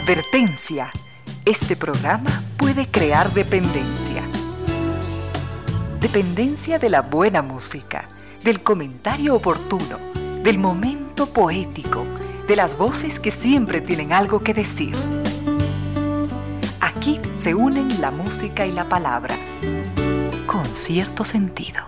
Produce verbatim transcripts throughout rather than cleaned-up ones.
Advertencia. Este programa puede crear dependencia. Dependencia de la buena música, del comentario oportuno, del momento poético, de las voces que siempre tienen algo que decir. Aquí se unen la música y la palabra, con cierto sentido.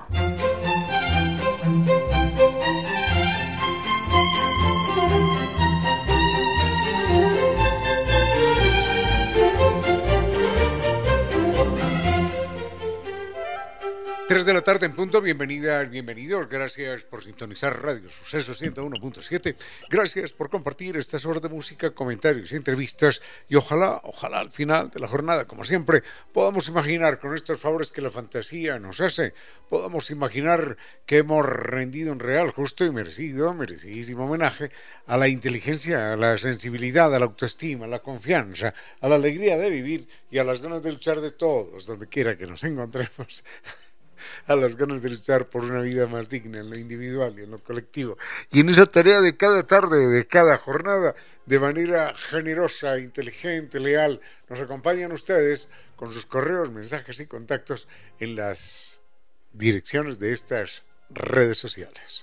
tres de la tarde en punto, bienvenidas, bienvenidos, gracias por sintonizar Radio Suceso ciento uno punto siete, gracias por compartir estas horas de música, comentarios y entrevistas, y ojalá, ojalá al final de la jornada, como siempre, podamos imaginar con estos favores que la fantasía nos hace, podamos imaginar que hemos rendido un real, justo y merecido, merecidísimo homenaje a la inteligencia, a la sensibilidad, a la autoestima, a la confianza, a la alegría de vivir y a las ganas de luchar de todos, donde quiera que nos encontremos, a las ganas de luchar por una vida más digna en lo individual y en lo colectivo. Y en esa tarea de cada tarde, de cada jornada, de manera generosa, inteligente, leal, nos acompañan ustedes con sus correos, mensajes y contactos en las direcciones de estas redes sociales.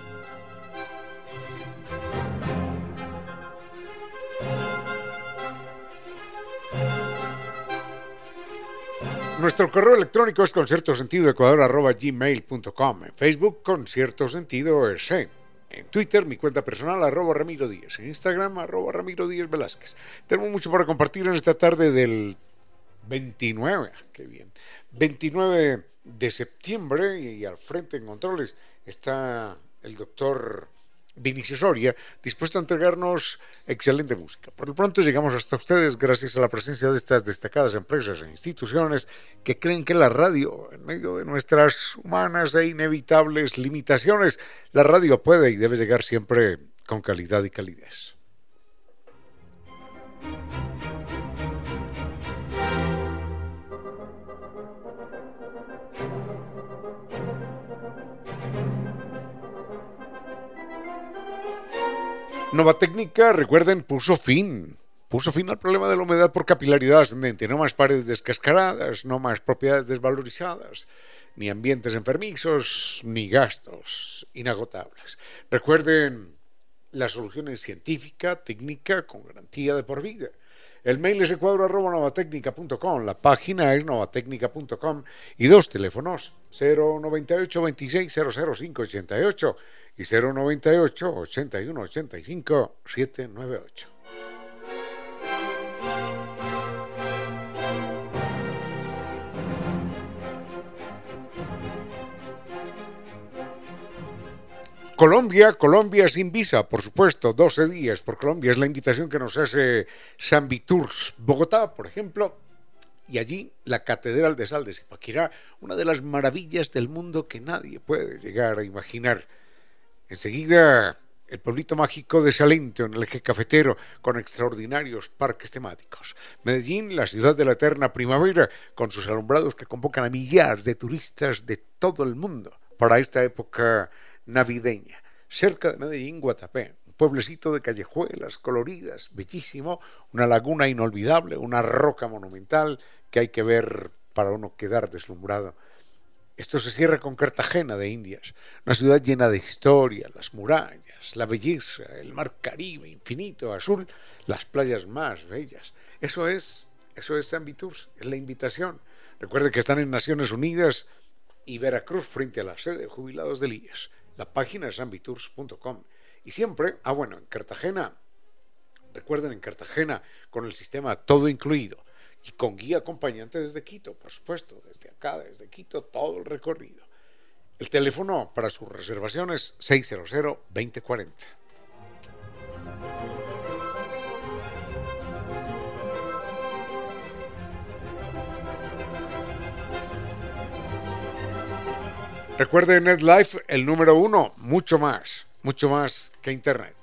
Nuestro correo electrónico es conciertosentidoecuador arroba gmail punto com. En Facebook, Concierto Sentido E S. En Twitter, mi cuenta personal, arroba Ramiro Díez. En Instagram, arroba Ramiro Díez Velázquez. Tenemos mucho para compartir en esta tarde del veintinueve, qué bien, veintinueve de septiembre, y al frente en controles está el doctor Vinicio Soria, dispuesto a entregarnos excelente música. Por lo pronto llegamos hasta ustedes gracias a la presencia de estas destacadas empresas e instituciones que creen que la radio, en medio de nuestras humanas e inevitables limitaciones, la radio puede y debe llegar siempre con calidad y calidez. Nova Técnica, recuerden, puso fin, puso fin al problema de la humedad por capilaridad ascendente. No más paredes descascaradas, no más propiedades desvalorizadas, ni ambientes enfermizos, ni gastos inagotables. Recuerden, la solución es científica, técnica, con garantía de por vida. El mail es ecuador arroba novatecnica punto com, la página es novatecnica punto com y dos teléfonos, cero noventa y ocho veintiséis cero cero cinco ochenta y ocho y cero noventa y ocho ochenta y uno ochenta y cinco setecientos noventa y ocho. Colombia, Colombia sin visa, por supuesto, doce días por Colombia, es la invitación que nos hace Zambi Tours. Bogotá, por ejemplo, y allí la Catedral de Sal de Zipaquirá, una de las maravillas del mundo que nadie puede llegar a imaginar. Enseguida, el pueblito mágico de Salento, en el eje cafetero, con extraordinarios parques temáticos. Medellín, la ciudad de la eterna primavera, con sus alumbrados que convocan a millares de turistas de todo el mundo para esta época navideña. Cerca de Medellín, Guatapé, un pueblecito de callejuelas coloridas, bellísimo, una laguna inolvidable, una roca monumental que hay que ver para uno quedar deslumbrado. Esto se cierra con Cartagena de Indias, una ciudad llena de historia, las murallas, la belleza, el mar Caribe infinito, azul, las playas más bellas. Eso es, eso es Zambi Tours, es la invitación. Recuerde que están en Naciones Unidas y Veracruz, frente a la sede de jubilados del I E S. La página es zambi tours punto com. Y siempre, ah bueno, en Cartagena, recuerden, en Cartagena, con el sistema todo incluido y con guía acompañante desde Quito, por supuesto, desde acá, desde Quito, todo el recorrido. El teléfono para sus reservaciones seiscientos veinte cuarenta. Recuerden, NetLife, el número uno, mucho más, mucho más que Internet.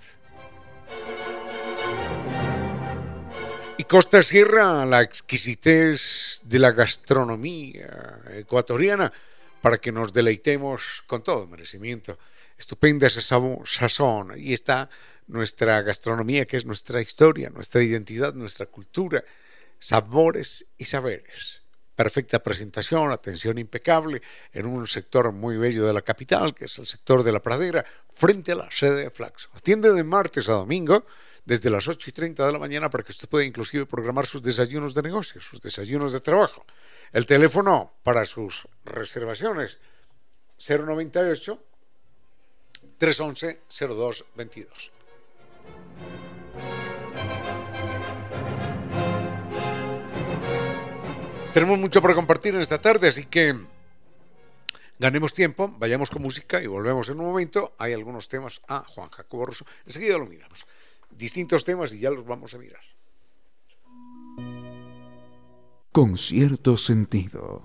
Y Costa Sierra, la exquisitez de la gastronomía ecuatoriana, para que nos deleitemos con todo merecimiento. Estupenda esa sazón, y está nuestra gastronomía, que es nuestra historia, nuestra identidad, nuestra cultura, sabores y saberes. Perfecta presentación, atención impecable en un sector muy bello de la capital, que es el sector de la Pradera, frente a la sede de Flaxo. Atiende de martes a domingo desde las ocho y treinta de la mañana para que usted pueda inclusive programar sus desayunos de negocio, sus desayunos de trabajo. El teléfono para sus reservaciones cero noventa y ocho, trescientos once, cero dos veintidós. Tenemos mucho para compartir en esta tarde, así que ganemos tiempo, vayamos con música y volvemos en un momento. Hay algunos temas a Juan Jacobo Rosso, enseguida lo miramos. Distintos temas y ya los vamos a mirar. Con cierto sentido.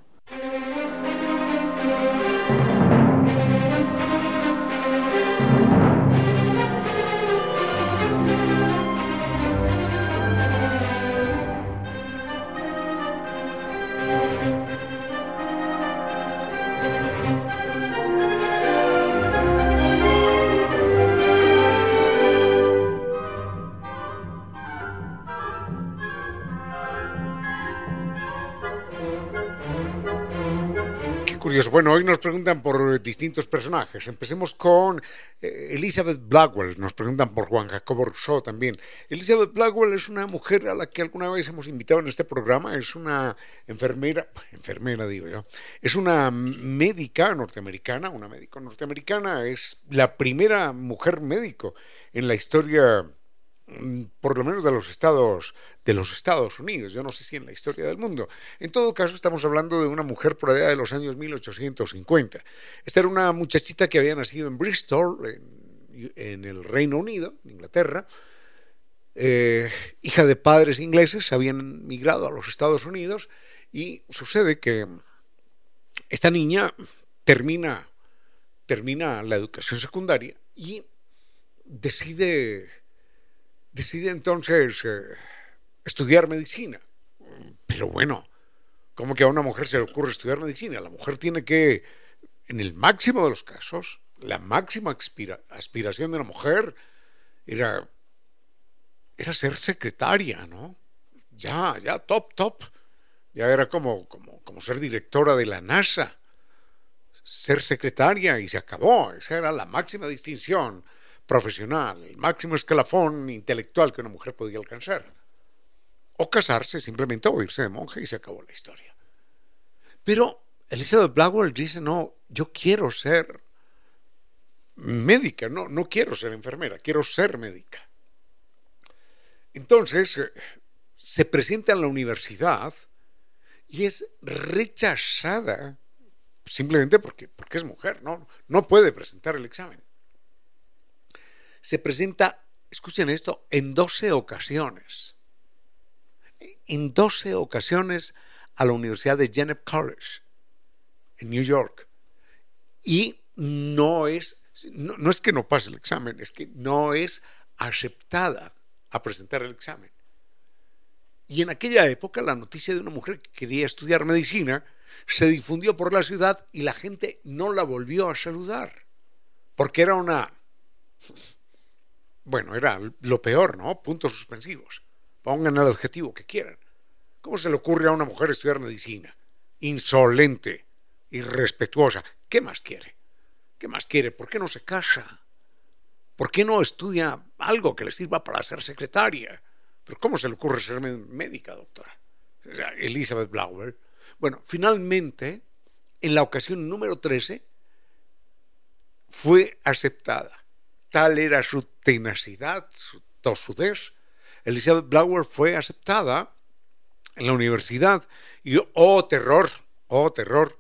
Curioso. Bueno, hoy nos preguntan por distintos personajes. Empecemos con eh, Elizabeth Blackwell. Nos preguntan por Juan Jacobo Rousseau también. Elizabeth Blackwell es una mujer a la que alguna vez hemos invitado en este programa. Es una enfermera, enfermera digo yo, es una médica norteamericana. Una médico norteamericana es la primera mujer médico en la historia, por lo menos de los Estados de los Estados Unidos, yo no sé si en la historia del mundo. En todo caso, estamos hablando de una mujer por allá de los años mil ochocientos cincuenta. Esta era una muchachita que había nacido en Bristol, en, en el Reino Unido, en Inglaterra, eh, hija de padres ingleses, habían migrado a los Estados Unidos, y sucede que esta niña termina, termina la educación secundaria y decide... Decide entonces eh, estudiar medicina. Pero bueno, ¿cómo que a una mujer se le ocurre estudiar medicina? La mujer tiene que, en el máximo de los casos, la máxima aspira, aspiración de una mujer era, era ser secretaria, ¿no? Ya, ya, top, top. Ya era como, como, como ser directora de la NASA. Ser secretaria y se acabó. Esa era la máxima distinción profesional, el máximo escalafón intelectual que una mujer podía alcanzar. O casarse simplemente o irse de monje y se acabó la historia. Pero Elizabeth Blackwell dice, no, yo quiero ser médica, no, no quiero ser enfermera, quiero ser médica. Entonces eh, se presenta en la universidad y es rechazada simplemente porque, porque es mujer, ¿no? No puede presentar el examen. Se presenta, escuchen esto, en doce ocasiones. En doce ocasiones a la Universidad de Jenner College, en New York. Y no es, no, no es que no pase el examen, es que no es aceptada a presentar el examen. Y en aquella época la noticia de una mujer que quería estudiar medicina se difundió por la ciudad y la gente no la volvió a saludar. Porque era una... Bueno, era lo peor, ¿no? Puntos suspensivos. Pongan el adjetivo que quieran. ¿Cómo se le ocurre a una mujer estudiar medicina? Insolente, irrespetuosa. ¿Qué más quiere? ¿Qué más quiere? ¿Por qué no se casa? ¿Por qué no estudia algo que le sirva para ser secretaria? ¿Pero cómo se le ocurre ser médica, doctora? O sea, Elizabeth Blackwell. Bueno, finalmente, en la ocasión número trece, fue aceptada. Tal era su tenacidad, su tosudez. Elizabeth Blackwell fue aceptada en la universidad y ¡oh, terror! ¡Oh, terror!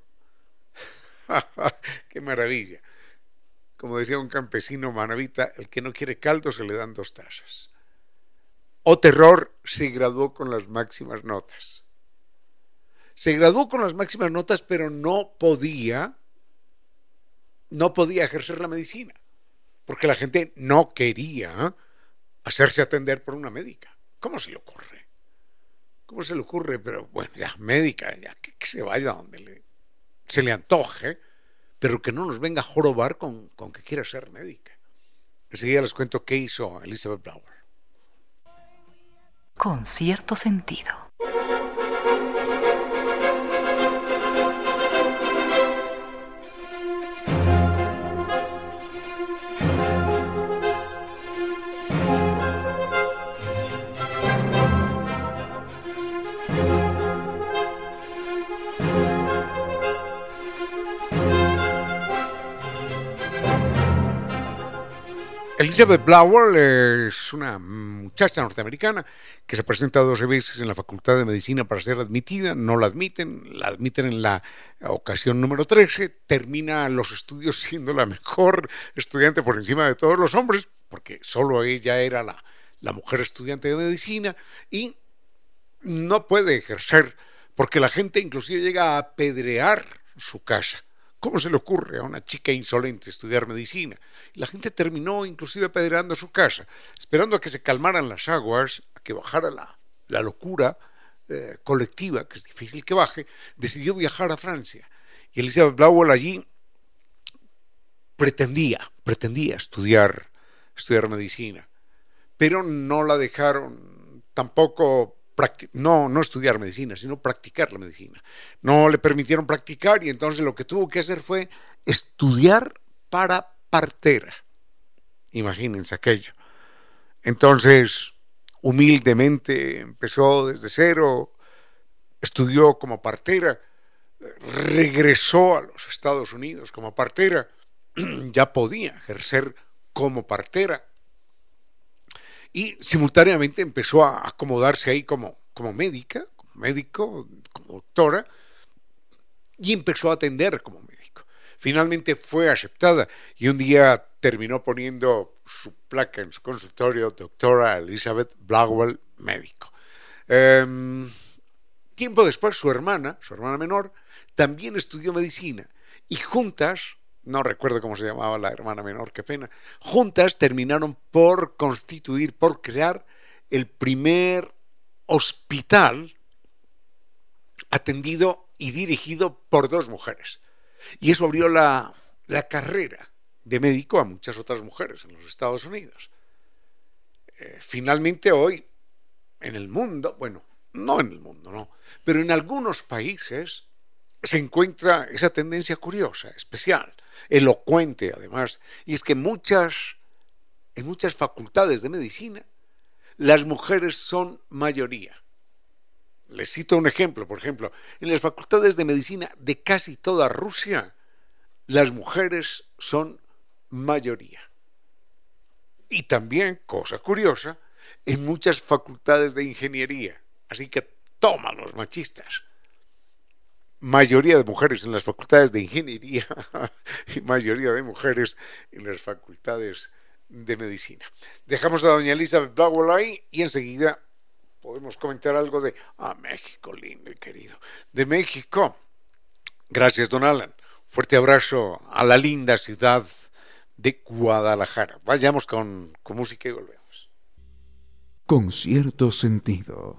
¡Qué maravilla! Como decía un campesino manavita, el que no quiere caldo se le dan dos tazas. ¡Oh, terror! Se graduó con las máximas notas. Se graduó con las máximas notas, pero no podía, no podía ejercer la medicina. Porque la gente no quería hacerse atender por una médica. ¿Cómo se le ocurre? ¿Cómo se le ocurre? Pero bueno, ya, médica, ya, que, que se vaya donde le, se le antoje, pero que no nos venga a jorobar con, con que quiera ser médica. Enseguida les cuento qué hizo Elizabeth Blower. Con cierto sentido. Elizabeth Blower es una muchacha norteamericana que se presenta doce veces en la Facultad de Medicina para ser admitida, no la admiten, la admiten en la ocasión número trece, termina los estudios siendo la mejor estudiante por encima de todos los hombres, porque solo ella era la, la mujer estudiante de medicina, y no puede ejercer porque la gente inclusive llega a apedrear su casa. ¿Cómo se le ocurre a una chica insolente estudiar medicina? Y la gente terminó inclusive apedreando su casa, esperando a que se calmaran las aguas, a que bajara la, la locura eh, colectiva, que es difícil que baje. Decidió viajar a Francia. Y Elizabeth Blower allí pretendía, pretendía estudiar, estudiar medicina, pero no la dejaron tampoco. No, no estudiar medicina, sino practicar la medicina. No le permitieron practicar y entonces lo que tuvo que hacer fue estudiar para partera. Imagínense aquello. Entonces, humildemente empezó desde cero, estudió como partera, regresó a los Estados Unidos como partera, ya podía ejercer como partera. Y simultáneamente empezó a acomodarse ahí como, como médica, como médico, como doctora, y empezó a atender como médico. Finalmente fue aceptada y un día terminó poniendo su placa en su consultorio, doctora Elizabeth Blower, médico. Eh, tiempo después su hermana, su hermana menor, también estudió medicina y juntas, no recuerdo cómo se llamaba la hermana menor, qué pena, juntas terminaron por constituir, por crear el primer hospital atendido y dirigido por dos mujeres. Y eso abrió la, la carrera de médico a muchas otras mujeres en los Estados Unidos. Eh, finalmente hoy, en el mundo, bueno, no en el mundo, no, pero en algunos países se encuentra esa tendencia curiosa, especial, elocuente además, y es que muchas, en muchas facultades de medicina las mujeres son mayoría. Les cito un ejemplo, por ejemplo, en las facultades de medicina de casi toda Rusia, las mujeres son mayoría. Y también, cosa curiosa, en muchas facultades de ingeniería, así que toma los machistas. Mayoría de mujeres en las facultades de ingeniería y mayoría de mujeres en las facultades de medicina. Dejamos a doña Elizabeth Blower ahí y enseguida podemos comentar algo de ah, México, lindo y querido. De México. Gracias, don Alan. Fuerte abrazo a la linda ciudad de Guadalajara. Vayamos con, con música y volvemos. Con cierto sentido.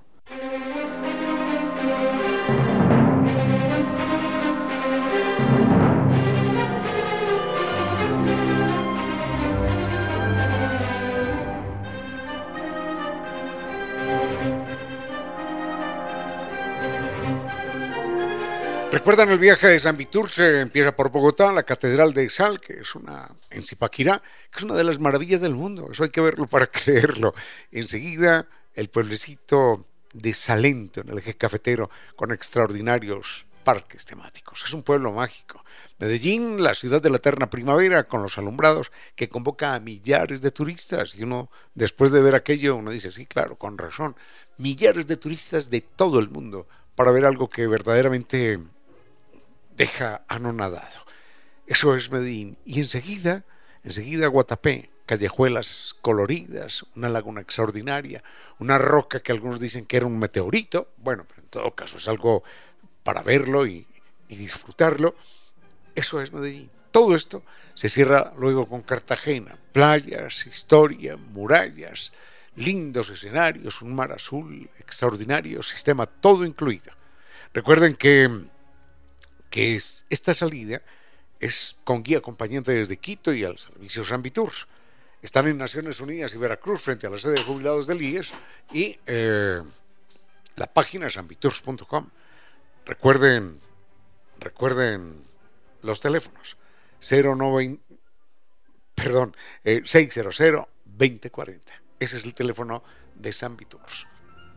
¿Recuerdan el viaje de San Viturce? Empieza por Bogotá, la Catedral de Sal, que es una, en Zipaquirá, que es una de las maravillas del mundo. Eso hay que verlo para creerlo. Enseguida, el pueblecito de Salento, en el eje cafetero, con extraordinarios parques temáticos. Es un pueblo mágico. Medellín, la ciudad de la eterna primavera, con los alumbrados, que convoca a millares de turistas. Y uno, después de ver aquello, uno dice, sí, claro, con razón. Millares de turistas de todo el mundo para ver algo que verdaderamente deja anonadado. Eso es Medellín. Y enseguida, enseguida Guatapé, callejuelas coloridas, una laguna extraordinaria, una roca que algunos dicen que era un meteorito. Bueno, pero en todo caso es algo para verlo y, y disfrutarlo. Eso es Medellín. Todo esto se cierra luego con Cartagena, playas, historia, murallas, lindos escenarios, un mar azul extraordinario, sistema todo incluido. Recuerden que que es, esta salida es con guía acompañante desde Quito y al servicio San Viturce. Están en Naciones Unidas y Veracruz, frente a la sede de jubilados del I E S, y eh, la página es ambitours punto com. Recuerden, recuerden los teléfonos cero nueve, perdón, eh, seiscientos veinte cuarenta. Ese es el teléfono de Sambitours.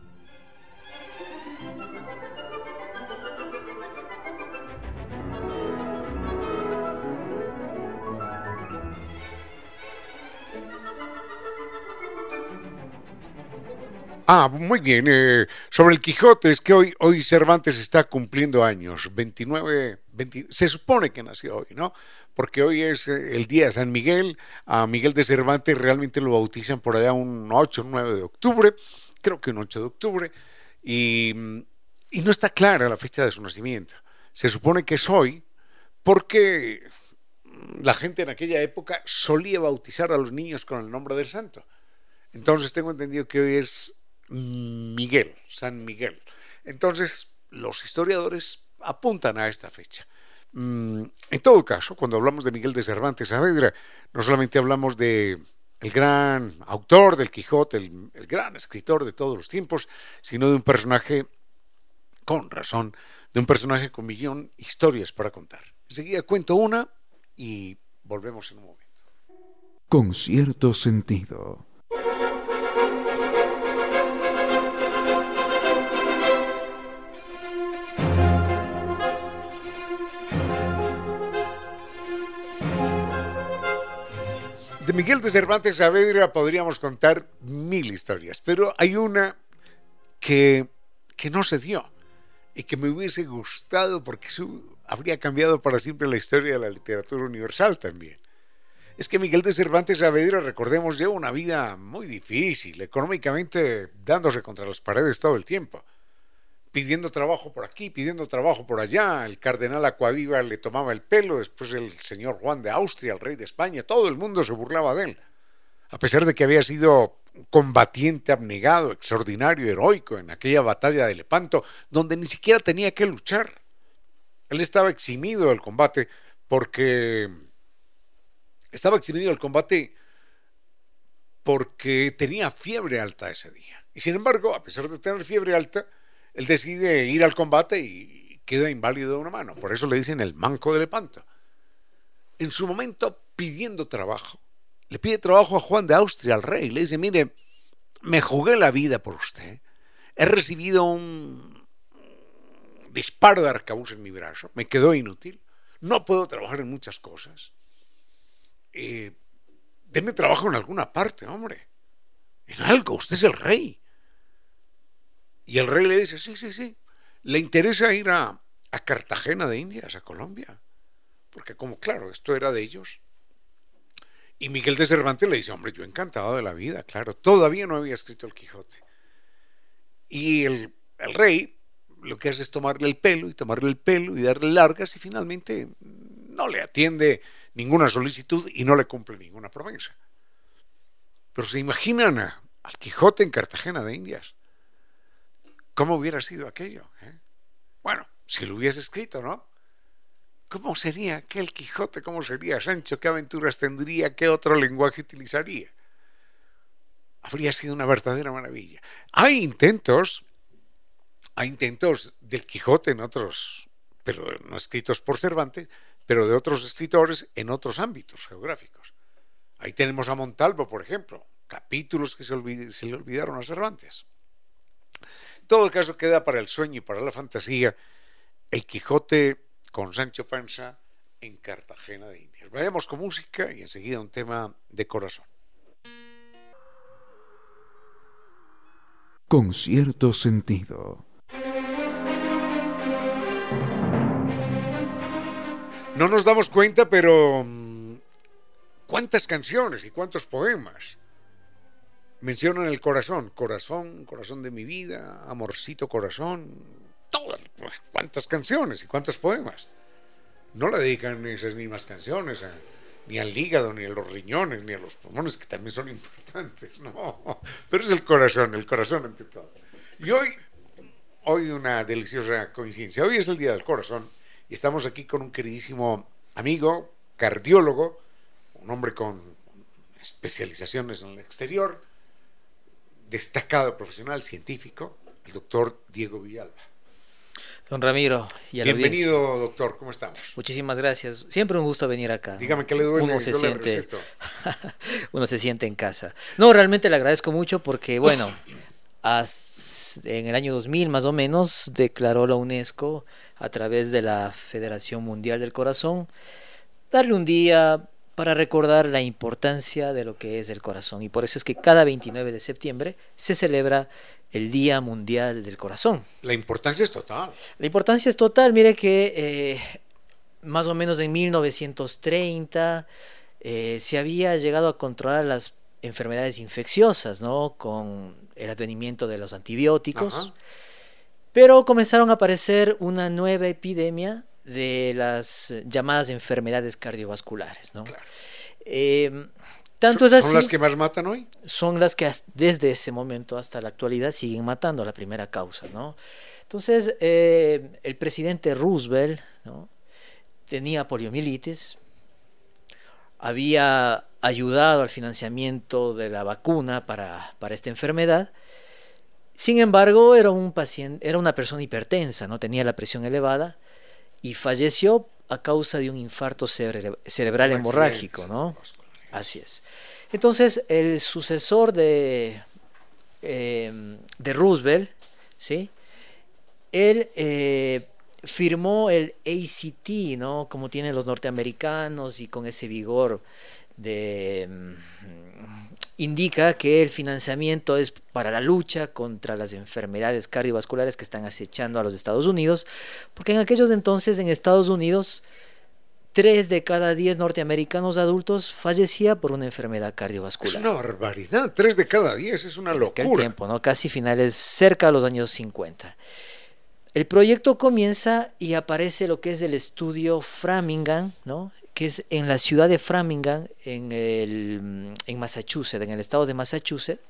Ah, muy bien. Eh, sobre el Quijote, es que hoy, hoy Cervantes está cumpliendo años, veintinueve, veinte, se supone que nació hoy, ¿no? Porque hoy es el día de San Miguel. A Miguel de Cervantes realmente lo bautizan por allá un ocho o nueve de octubre, creo que un ocho de octubre, y, y no está clara la fecha de su nacimiento. Se supone que es hoy porque la gente en aquella época solía bautizar a los niños con el nombre del santo. Entonces tengo entendido que hoy es Miguel, San Miguel. Entonces, los historiadores apuntan a esta fecha. En todo caso, cuando hablamos de Miguel de Cervantes Saavedra, no solamente hablamos de el gran autor del Quijote, el, el gran escritor de todos los tiempos, sino de un personaje, con razón, de un personaje con millón de historias para contar. Enseguida cuento una y volvemos en un momento. Con cierto sentido. De Miguel de Cervantes Saavedra podríamos contar mil historias, pero hay una que, que no se dio y que me hubiese gustado porque eso habría cambiado para siempre la historia de la literatura universal también. Es que Miguel de Cervantes Saavedra, recordemos, lleva una vida muy difícil, económicamente dándose contra las paredes todo el tiempo, pidiendo trabajo por aquí, pidiendo trabajo por allá. El cardenal Acquaviva le tomaba el pelo, después el señor Juan de Austria, el rey de España, todo el mundo se burlaba de él, a pesar de que había sido combatiente abnegado, extraordinario, heroico en aquella batalla de Lepanto, donde ni siquiera tenía que luchar. Él estaba eximido del combate porque estaba eximido del combate porque tenía fiebre alta ese día. Y sin embargo, a pesar de tener fiebre alta, él decide ir al combate y queda inválido de una mano. Por eso le dicen el manco de Lepanto. En su momento, pidiendo trabajo, le pide trabajo a Juan de Austria, al rey. Le dice, mire, me jugué la vida por usted. He recibido un disparo de arcabuz en mi brazo. Me quedó inútil. No puedo trabajar en muchas cosas. Eh, deme trabajo en alguna parte, hombre. En algo, usted es el rey. Y el rey le dice, sí, sí, sí, ¿le interesa ir a, a Cartagena de Indias, a Colombia? Porque como claro, esto era de ellos. Y Miguel de Cervantes le dice, hombre, yo encantado de la vida, claro, todavía no había escrito el Quijote. Y el, el rey lo que hace es tomarle el pelo y tomarle el pelo y darle largas y finalmente no le atiende ninguna solicitud y no le cumple ninguna promesa. Pero se imaginan a, al Quijote en Cartagena de Indias. ¿Cómo hubiera sido aquello? ¿Eh? Bueno, si lo hubiese escrito, ¿no? ¿Cómo sería aquel Quijote? ¿Cómo sería Sancho? ¿Qué aventuras tendría? ¿Qué otro lenguaje utilizaría? Habría sido una verdadera maravilla. Hay intentos, hay intentos del Quijote en otros, pero no escritos por Cervantes, pero de otros escritores en otros ámbitos geográficos. Ahí tenemos a Montalvo, por ejemplo, capítulos que se, olvid- se le olvidaron a Cervantes. En todo caso queda para el sueño y para la fantasía el Quijote con Sancho Panza en Cartagena de Indias. Vayamos con música y enseguida un tema de corazón. Con cierto sentido. No nos damos cuenta, pero ¿cuántas canciones y cuántos poemas mencionan el corazón? Corazón, corazón de mi vida, amorcito corazón, todas, pues, cuántas canciones y cuántos poemas. No le dedican esas mismas canciones a, ni al hígado, ni a los riñones, ni a los pulmones, que también son importantes, no, pero es el corazón, el corazón ante todo. Y hoy, hoy una deliciosa coincidencia, hoy es el Día del Corazón y estamos aquí con un queridísimo amigo, cardiólogo, un hombre con especializaciones en el exterior, destacado profesional científico, el doctor Diego Villalba. Don Ramiro y a la Bienvenido, audiencia. Doctor, ¿cómo estamos? Muchísimas gracias. Siempre un gusto venir acá. Dígame qué le duele, Uno se yo le siente, receto. uno se siente en casa. No, realmente le agradezco mucho porque, bueno, as- en el año dos mil más o menos declaró la UNESCO a través de la Federación Mundial del Corazón darle un día para recordar la importancia de lo que es el corazón. Y por eso es que cada veintinueve de septiembre se celebra el Día Mundial del Corazón. La importancia es total. La importancia es total. Mire que eh, más o menos en mil novecientos treinta eh, se había llegado a controlar las enfermedades infecciosas, ¿no? Con el advenimiento de los antibióticos. Ajá. Pero comenzaron a aparecer una nueva epidemia de las llamadas enfermedades cardiovasculares, ¿no? Claro. Eh, tanto ¿Son, es así, ¿Son las que más matan hoy? son las que has- desde ese momento hasta la actualidad siguen matando, la primera causa, ¿no? Entonces, eh, el presidente Roosevelt, ¿no? tenía poliomielitis, había ayudado al financiamiento de la vacuna para, para esta enfermedad. Sin embargo, era un paciente, era una persona hipertensa, ¿no? Tenía la presión elevada y falleció a causa de un infarto cerebral, cerebral Un hemorrágico, accidente ¿no? cerebrovascular. Así es. Entonces, el sucesor de, eh, de Roosevelt, ¿sí? Él eh, firmó el A C T, ¿no? Como tienen los norteamericanos y con ese vigor de... mm, indica que el financiamiento es para la lucha contra las enfermedades cardiovasculares que están acechando a los Estados Unidos, porque en aquellos entonces en Estados Unidos tres de cada diez norteamericanos adultos fallecía por una enfermedad Es cardiovascular. una barbaridad. Tres de cada diez es una En aquel locura. tiempo, ¿no? Casi finales, cerca de los años cincuenta. El proyecto comienza y aparece lo que es el estudio Framingham, ¿no? Que es en la ciudad de Framingham, en, el, en Massachusetts, en el estado de Massachusetts,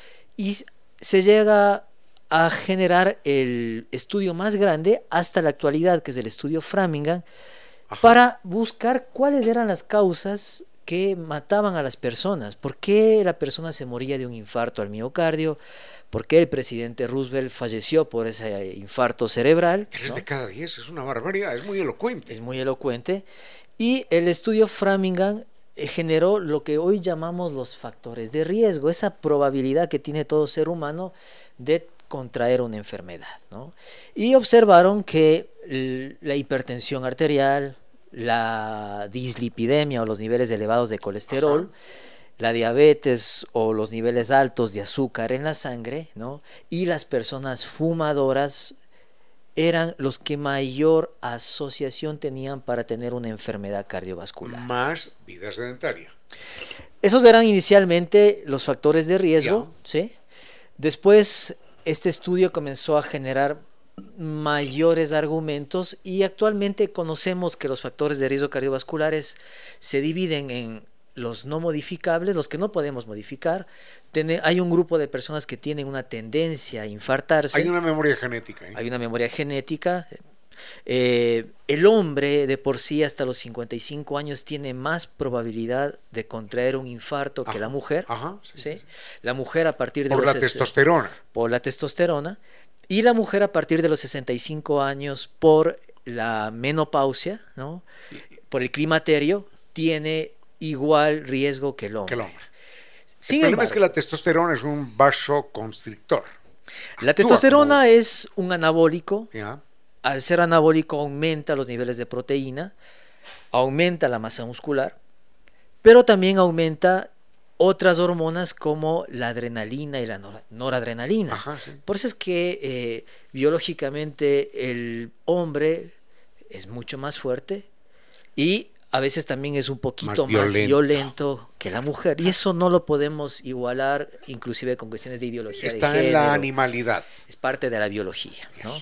y se llega a generar el estudio más grande hasta la actualidad, que es el estudio Framingham, Ajá. para buscar cuáles eran las causas que mataban a las personas, por qué la persona se moría de un infarto al miocardio, por qué el presidente Roosevelt falleció por ese infarto cerebral, Tres ¿no? de cada diez es una barbaridad, es muy elocuente. Es muy elocuente. Y el estudio Framingham eh, generó lo que hoy llamamos los factores de riesgo, esa probabilidad que tiene todo ser humano de contraer una enfermedad, ¿no? Y observaron que l- la hipertensión arterial, la dislipidemia o los niveles elevados de colesterol, Ajá. la diabetes o los niveles altos de azúcar en la sangre, ¿no? Y las personas fumadoras eran los que mayor asociación tenían para tener una enfermedad cardiovascular. Más vida sedentaria. Esos eran inicialmente los factores de riesgo, ¿sí? Después, este estudio comenzó a generar mayores argumentos y actualmente conocemos que los factores de riesgo cardiovasculares se dividen en los no modificables, los que no podemos modificar. Tene- hay un grupo de personas que tienen una tendencia a infartarse. Hay una memoria genética. ¿eh? Hay una memoria genética. Eh, el hombre de por sí hasta los cincuenta y cinco años tiene más probabilidad de contraer un infarto que Ajá, la mujer. ajá, sí, ¿sí? sí, sí. La mujer a partir de Por los la ses- testosterona. por la testosterona y la mujer a partir de los sesenta y cinco años por la menopausia, ¿no? Por el climaterio, tiene igual riesgo que el hombre. Que el hombre. Sin el problema embargo, es que la testosterona es un vasoconstrictor. la Actúa testosterona como- es un anabólico. ¿Ya? Al ser anabólico aumenta los niveles de proteína, aumenta la masa muscular, pero también aumenta otras hormonas como la adrenalina y la nor- noradrenalina. Ajá, sí. Por eso es que eh, biológicamente el hombre es mucho más fuerte y a veces también es un poquito Más más violento. violento que la mujer. Y eso no lo podemos igualar inclusive con cuestiones de ideología Está de en la género. animalidad. Es parte de la biología, ¿no?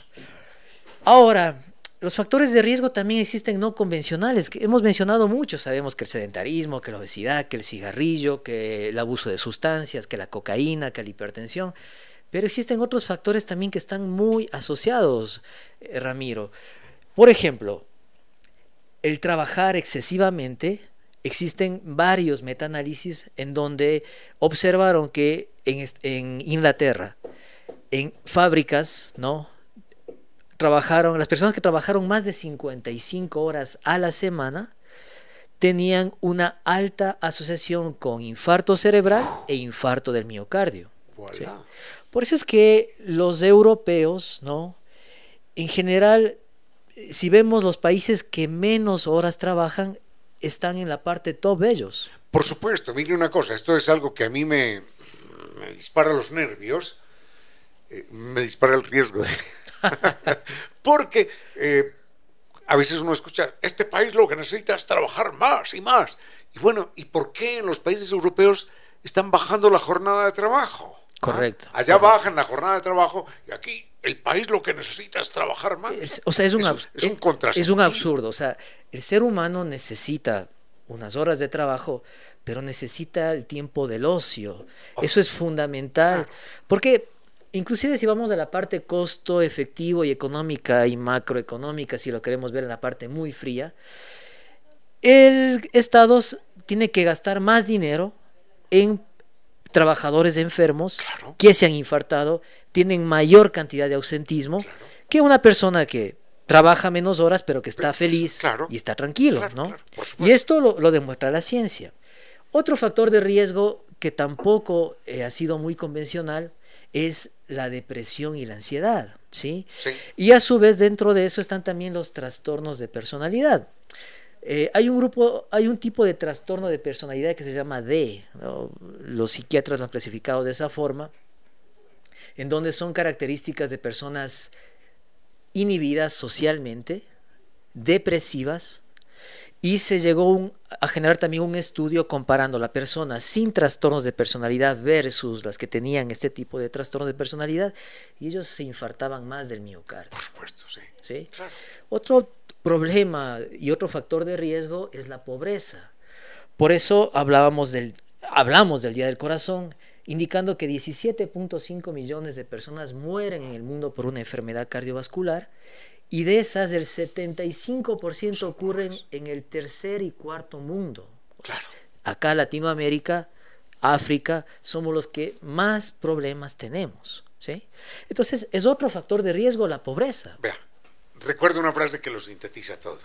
Ahora, los factores de riesgo también existen no convencionales, que hemos mencionado mucho. Sabemos que el sedentarismo, que la obesidad, que el cigarrillo, que el abuso de sustancias, que la cocaína, que la hipertensión. Pero existen otros factores también que están muy asociados, eh, Ramiro. Por ejemplo, el trabajar excesivamente existen varios metaanálisis en donde observaron que en, en Inglaterra, en fábricas, ¿no?, trabajaron, las personas que trabajaron más de cincuenta y cinco horas a la semana tenían una alta asociación con infarto cerebral e infarto del miocardio. Voilà. ¿Sí? Por eso es que los europeos, ¿no?, en general, si vemos los países que menos horas trabajan, están en la parte top de ellos. Por supuesto, mire una cosa, esto es algo que a mí me, me dispara los nervios, eh, me dispara el riesgo de... porque eh, a veces uno escucha, este país lo que necesita es trabajar más y más. Y bueno, ¿y por qué en los países europeos están bajando la jornada de trabajo? Correcto. ¿Ah? Allá correcto. bajan la jornada de trabajo y aquí el país lo que necesita es trabajar más. Es, o sea, es un, es, abs- es un contrasentido. Es un absurdo. O sea, el ser humano necesita unas horas de trabajo, pero necesita el tiempo del ocio. Oh, Eso es fundamental. claro. Porque inclusive si vamos a la parte costo efectivo y económica y macroeconómica, si lo queremos ver en la parte muy fría, el Estado tiene que gastar más dinero en trabajadores enfermos, Claro. que se han infartado, tienen mayor cantidad de ausentismo, Claro. que una persona que trabaja menos horas pero que está Pero, feliz claro. y está tranquilo, Claro, ¿no? claro, por Y supuesto. esto lo, lo demuestra la ciencia. Otro factor de riesgo que tampoco eh, ha sido muy convencional es la depresión y la ansiedad, ¿sí? Sí. Y a su vez dentro de eso están también los trastornos de personalidad. Eh, hay un grupo, hay un tipo de trastorno de personalidad que se llama D, ¿no? Los psiquiatras lo han clasificado de esa forma, en donde son características de personas inhibidas socialmente, depresivas, y se llegó un, a generar también un estudio comparando la persona sin trastornos de personalidad versus las que tenían este tipo de trastornos de personalidad, y ellos se infartaban más del miocardio. Por supuesto, sí. ¿Sí? Claro. Otro problema y otro factor de riesgo es la pobreza. Por eso hablábamos del, hablamos del Día del Corazón, indicando que diecisiete punto cinco millones de personas mueren en el mundo por una enfermedad cardiovascular, y de esas el setenta y cinco por ciento ocurren en el tercer y cuarto mundo. O sea, Claro. acá Latinoamérica, África, somos los que más problemas tenemos, ¿sí? Entonces es otro factor de riesgo la pobreza. Vea, recuerdo una frase que lo sintetiza todo.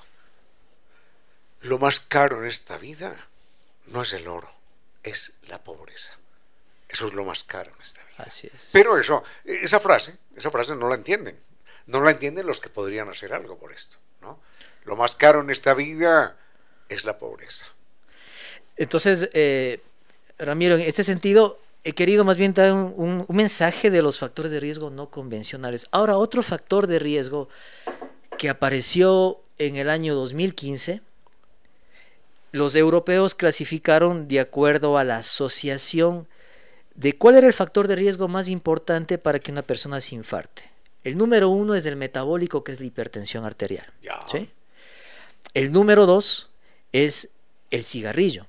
Lo más caro en esta vida no es el oro, es la pobreza. Eso es lo más caro en esta vida. Así es. Pero eso, esa frase, esa frase no la entienden. No la entienden los que podrían hacer algo por esto, ¿no? Lo más caro en esta vida es la pobreza. Entonces, eh, Ramiro, en este sentido, he querido más bien dar un, un, un mensaje de los factores de riesgo no convencionales. Ahora, otro factor de riesgo que apareció en el año dos mil quince, los europeos clasificaron de acuerdo a la asociación de cuál era el factor de riesgo más importante para que una persona se infarte. El número uno es el metabólico, que es la hipertensión arterial. Ya. ¿Sí? El número dos es el cigarrillo.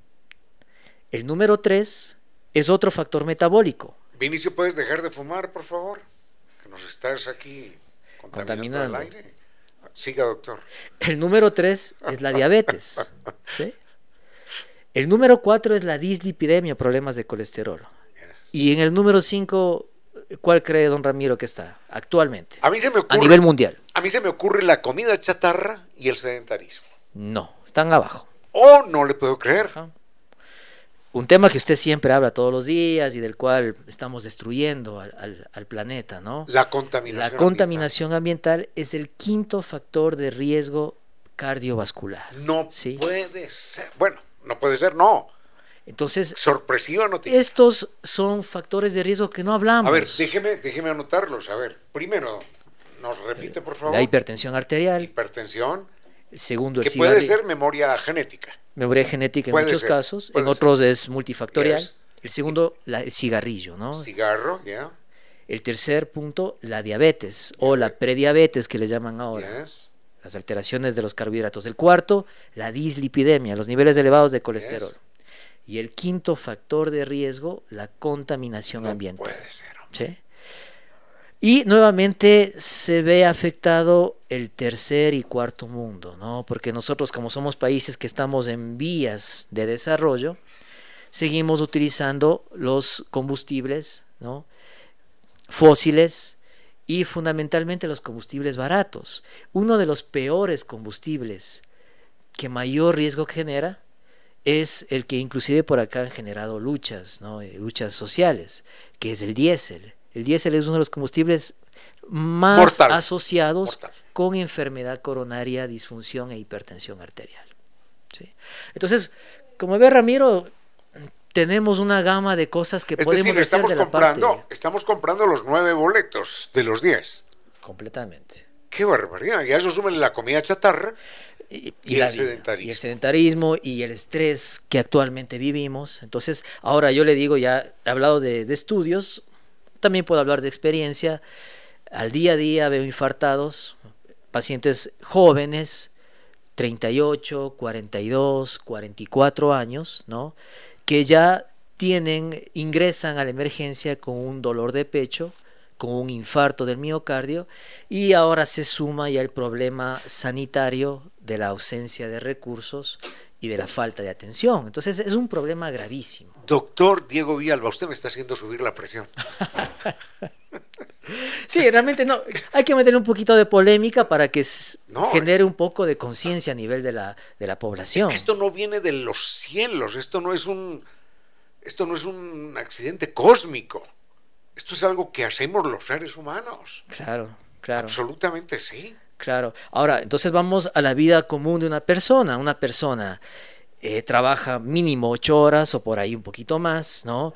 El número tres es otro factor metabólico. Vinicio, ¿puedes dejar de fumar, por favor? Que nos estás aquí contaminando, Contaminando. el aire. Siga, doctor. El número tres es la diabetes. ¿Sí? El número cuatro es la dislipidemia, problemas de colesterol. Yes. Y en el número cinco, ¿cuál cree don Ramiro que está actualmente? A mí se me ocurre, A nivel mundial. a mí se me ocurre la comida chatarra y el sedentarismo. No, están abajo. Oh, no le puedo creer. Ajá. Un tema que usted siempre habla todos los días y del cual estamos destruyendo al, al, al planeta, ¿no? La contaminación. La contaminación ambiental es el quinto factor de riesgo cardiovascular. ambiental. No ¿sí? puede ser. Bueno, no puede ser, no. Entonces, Sorpresiva noticia. estos son factores de riesgo que no hablamos. A ver, déjeme, déjeme anotarlos. A ver, primero, nos repite, por favor. La hipertensión arterial, Hipertensión, el segundo el que puede cigarrillo, ser memoria genética. memoria genética en Puede muchos ser, casos, puede en otros es multifactorial. Yes. El segundo, la, el cigarrillo, ¿no? Cigarro, ya. El tercer punto, la diabetes o la prediabetes que le llaman ahora. Yes. Las alteraciones de los carbohidratos. El cuarto, la dislipidemia, los niveles elevados de colesterol. Yes. Y el quinto factor de riesgo, la contaminación No ambiental. puede ser, hombre. ¿Sí? Y nuevamente se ve afectado el tercer y cuarto mundo, ¿no? Porque nosotros, como somos países que estamos en vías de desarrollo, seguimos utilizando los combustibles, ¿no?, fósiles y fundamentalmente los combustibles baratos. Uno de los peores combustibles que mayor riesgo genera es el que inclusive por acá han generado luchas, ¿no?, luchas sociales, que es el diésel. El diésel es uno de los combustibles más Mortal. asociados Mortal. con enfermedad coronaria, disfunción e hipertensión arterial, ¿sí? Entonces, como ve Ramiro, tenemos una gama de cosas que es podemos decir, hacer estamos de la comprando, parte... estamos comprando los nueve boletos de los diez. Completamente. ¡Qué barbaridad! Y a eso súmenle la comida chatarra y, y, y, la, el sedentarismo. y el sedentarismo y el estrés que actualmente vivimos. Entonces, ahora yo le digo, ya he hablado de, de estudios, también puedo hablar de experiencia. Al día a día veo infartados, pacientes jóvenes, treinta y ocho, cuarenta y dos, cuarenta y cuatro años, ¿no?, que ya tienen, ingresan a la emergencia con un dolor de pecho, con un infarto del miocardio, y ahora se suma ya el problema sanitario de la ausencia de recursos y de la falta de atención. Entonces es un problema gravísimo. Doctor Diego Villalba, usted me está haciendo subir la presión. Sí, realmente no, hay que meterle un poquito de polémica para que no, genere es... un poco de conciencia a nivel de la, de la población. Es que esto no viene de los cielos, esto no es un, esto no es un accidente cósmico, esto es algo que hacemos los seres humanos. Claro, claro. Absolutamente sí. Claro. Ahora, entonces vamos a la vida común de una persona. Una persona eh, trabaja mínimo ocho horas o por ahí un poquito más, ¿no?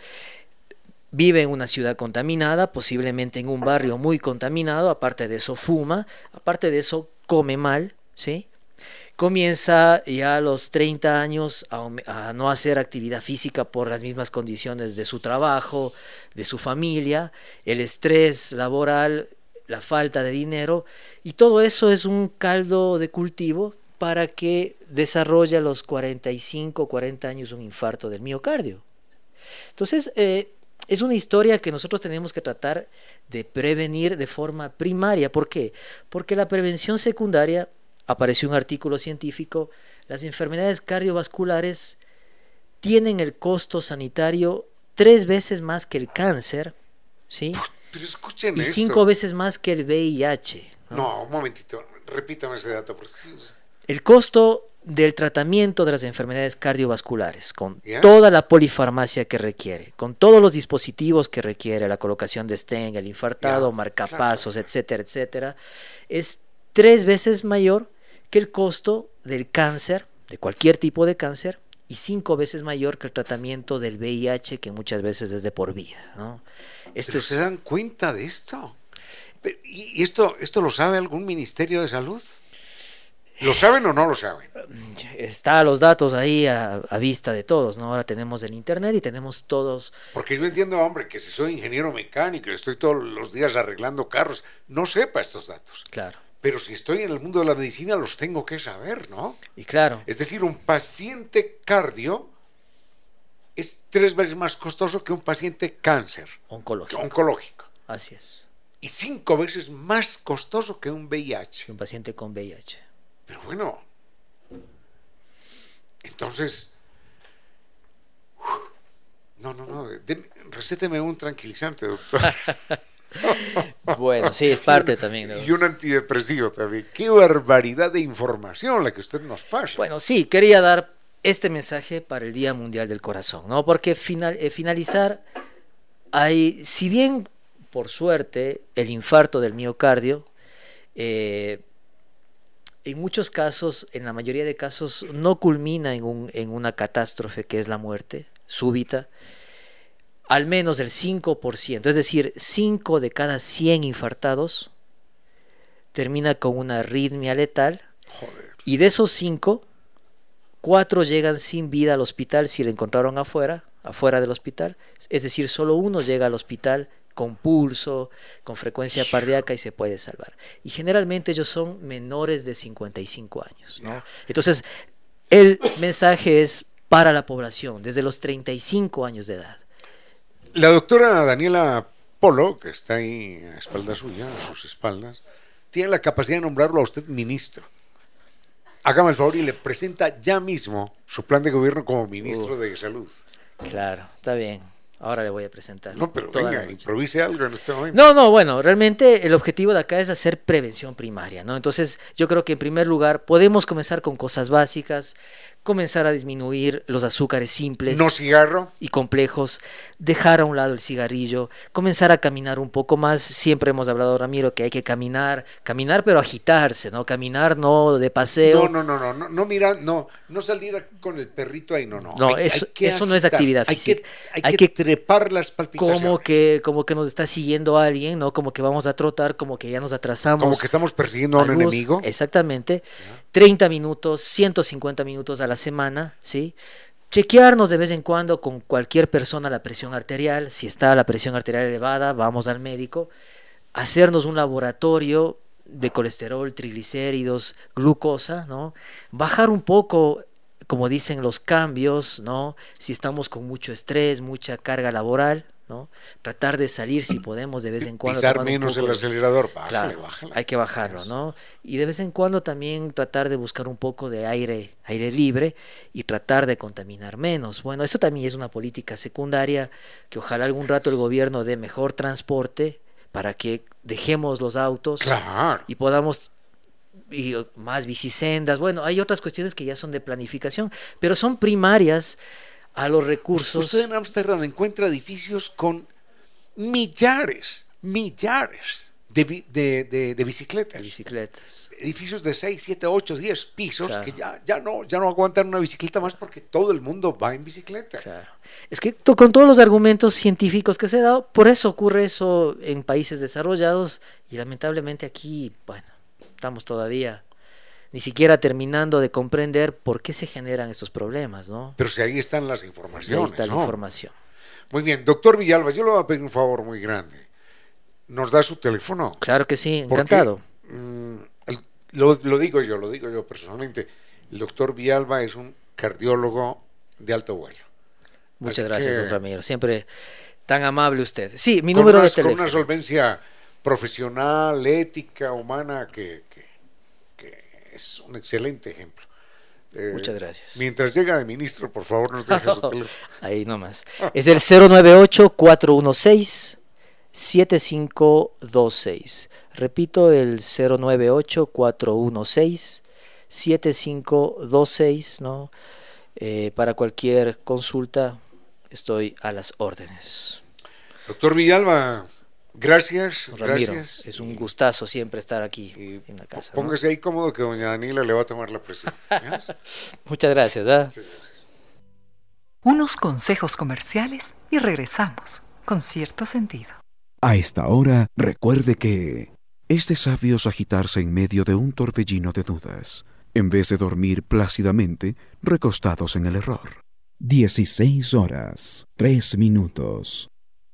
Vive en una ciudad contaminada, posiblemente en un barrio muy contaminado, aparte de eso fuma, aparte de eso come mal, ¿sí? Comienza ya a los treinta años a, a no hacer actividad física por las mismas condiciones de su trabajo, de su familia, el estrés laboral, la falta de dinero, y todo eso es un caldo de cultivo para que desarrolle a los cuarenta y cinco, cuarenta años un infarto del miocardio. Entonces, eh, es una historia que nosotros tenemos que tratar de prevenir de forma primaria. ¿Por qué? Porque la prevención secundaria, apareció un artículo científico, las enfermedades cardiovasculares tienen el costo sanitario tres veces más que el cáncer, ¿sí? Pero escuchen y esto. cinco veces más que el V I H. ¿no? no, un momentito, repítame ese dato. Porque... El costo del tratamiento de las enfermedades cardiovasculares, con ¿Ya? toda la polifarmacia que requiere, con todos los dispositivos que requiere, la colocación de stent, el infartado, ¿Ya? marcapasos, Claro. etcétera, etcétera, es tres veces mayor que el costo del cáncer, de cualquier tipo de cáncer, y cinco veces mayor que el tratamiento del V I H, que muchas veces es de por vida, ¿no? Esto ¿Pero es... se dan cuenta de esto? ¿Y esto, esto lo sabe algún ministerio de salud? ¿Lo saben o no lo saben? Está los datos ahí a, a vista de todos, ¿no? Ahora tenemos el internet y tenemos todos... Porque yo entiendo, hombre, que si soy ingeniero mecánico y estoy todos los días arreglando carros, no sepa estos datos. Claro. Pero si estoy en el mundo de la medicina, los tengo que saber, ¿no? Y claro. Es decir, un paciente cardio es tres veces más costoso que un paciente cáncer. Oncológico. Oncológico. Así es. Y cinco veces más costoso que un V I H. Que un paciente con V I H. Pero bueno, entonces, uf, no, no, no, de, recéteme un tranquilizante, doctor. Bueno, sí, es parte también. De los... Y un antidepresivo también. Qué barbaridad de información la que usted nos pasa. Bueno, sí, quería dar este mensaje para el Día Mundial del Corazón, ¿no? Porque final, eh, finalizar, hay, si bien, por suerte, el infarto del miocardio, eh, en muchos casos, en la mayoría de casos, no culmina en, un, en una catástrofe que es la muerte súbita, al menos el cinco por ciento, es decir, cinco de cada cien infartados termina con una arritmia letal. Joder. Y de esos cinco, cuatro llegan sin vida al hospital si le encontraron afuera, afuera del hospital, es decir, solo uno llega al hospital con pulso, con frecuencia cardíaca y se puede salvar. Y generalmente ellos son menores de cincuenta y cinco años, ¿no? Entonces, el mensaje es para la población, desde los treinta y cinco años de edad. La doctora Daniela Polo, que está ahí a espaldas suyas, a sus espaldas, tiene la capacidad de nombrarlo a usted ministro. Hágame el favor y le presenta ya mismo su plan de gobierno como ministro uh, de Salud. Claro, está bien. Ahora le voy a presentar. No, pero venga, improvise algo en este momento. No, no, bueno, realmente el objetivo de acá es hacer prevención primaria, ¿no? Entonces, yo creo que en primer lugar podemos comenzar con cosas básicas, comenzar a disminuir los azúcares simples no cigarro y complejos, dejar a un lado el cigarrillo, comenzar a caminar un poco más. Siempre hemos hablado, Ramiro, que hay que caminar, caminar pero agitarse, ¿no? Caminar no de paseo. No, no, no, no, no, no mira, no, no salir con el perrito ahí, no, no. No, hay, eso, hay que eso agitar, no es actividad física. Hay que, hay hay que, que trepar las palpitaciones. Como que, como que nos está siguiendo alguien, ¿no? Como que vamos a trotar, como que ya nos atrasamos. Como que estamos persiguiendo a un enemigo. Exactamente. ¿Ya? treinta minutos, ciento cincuenta minutos a la semana, ¿sí? Chequearnos de vez en cuando con cualquier persona la presión arterial. Si está la presión arterial elevada, vamos al médico. Hacernos un laboratorio de colesterol, triglicéridos, glucosa, ¿no? Bajar un poco, como dicen, los cambios, ¿no? Si estamos con mucho estrés, mucha carga laboral, ¿no? Tratar de salir si podemos de vez en cuando. Pisar menos el acelerador, bájale, claro, bájale. Hay que bajarlo, ¿no? Y de vez en cuando también tratar de buscar un poco de aire, aire libre y tratar de contaminar menos. Bueno, eso también es una política secundaria que ojalá algún rato el gobierno dé mejor transporte para que dejemos los autos, claro, y podamos y más bicisendas. Bueno, hay otras cuestiones que ya son de planificación, pero son primarias a los recursos. Usted en Ámsterdam encuentra edificios con millares, millares de, de, de, de bicicletas. De bicicletas. Edificios de seis, siete, ocho, diez pisos, claro, que ya, ya, no, ya no aguantan una bicicleta más porque todo el mundo va en bicicleta. Claro. Es que con todos los argumentos científicos que se han dado, por eso ocurre eso en países desarrollados y lamentablemente aquí, bueno, estamos todavía ni siquiera terminando de comprender por qué se generan estos problemas, ¿no? Pero si ahí están las informaciones, ahí está ¿no? la información. Muy bien, doctor Villalba, yo le voy a pedir un favor muy grande. ¿Nos da su teléfono? Claro que sí, encantado. Porque, mmm, el, lo, lo digo yo, lo digo yo personalmente. El doctor Villalba es un cardiólogo de alto vuelo. Muchas Así gracias, que, don Ramiro. Siempre tan amable usted. Sí, mi con número una, de teléfono. Con una solvencia profesional, ética, humana, que, que, que es un excelente ejemplo. Eh, Muchas gracias. Mientras llega de ministro, por favor, nos deje su teléfono. Ahí nomás. Es el cero nueve ocho, cuatro uno seis, siete cinco dos seis. Repito, el cero nueve ocho, cuatro uno seis, siete cinco dos seis, ¿no? Eh, para cualquier consulta estoy a las órdenes. Doctor Villalba, gracias. Ramiro, gracias. es un gustazo siempre estar aquí y en la casa. Póngase, ¿no?, ahí cómodo que doña Daniela le va a tomar la presión. Muchas gracias. ¿eh? Sí. Unos consejos comerciales y regresamos con cierto sentido. A esta hora, recuerde que es de sabios agitarse en medio de un torbellino de dudas, en vez de dormir plácidamente recostados en el error. dieciséis horas, tres minutos.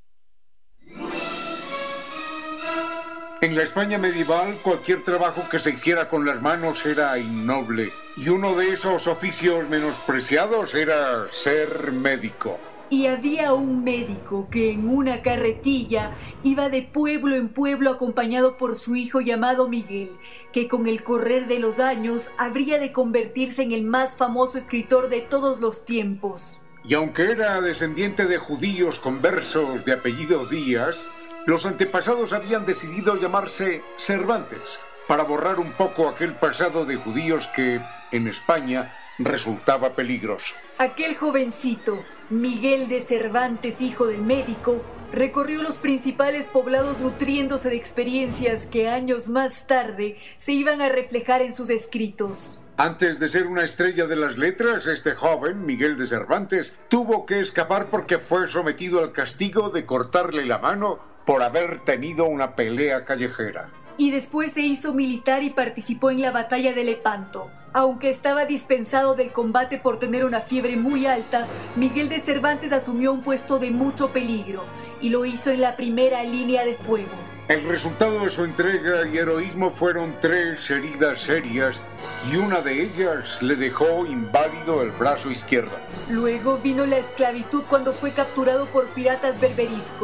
En la España medieval, cualquier trabajo que se hiciera con las manos era innoble, y uno de esos oficios menospreciados era ser médico. Y había un médico que en una carretilla iba de pueblo en pueblo acompañado por su hijo llamado Miguel, que con el correr de los años habría de convertirse en el más famoso escritor de todos los tiempos. Y aunque era descendiente de judíos conversos de apellido Díaz, los antepasados habían decidido llamarse Cervantes, para borrar un poco aquel pasado de judíos que, en España, resultaba peligroso. Aquel jovencito, Miguel de Cervantes, hijo del médico, recorrió los principales poblados nutriéndose de experiencias que años más tarde se iban a reflejar en sus escritos. Antes de ser una estrella de las letras, este joven, Miguel de Cervantes, tuvo que escapar porque fue sometido al castigo de cortarle la mano por haber tenido una pelea callejera. Y después se hizo militar y participó en la batalla de Lepanto. Aunque estaba dispensado del combate por tener una fiebre muy alta, Miguel de Cervantes asumió un puesto de mucho peligro y lo hizo en la primera línea de fuego. El resultado de su entrega y heroísmo fueron tres heridas serias y una de ellas le dejó inválido el brazo izquierdo. Luego vino la esclavitud cuando fue capturado por piratas berberiscos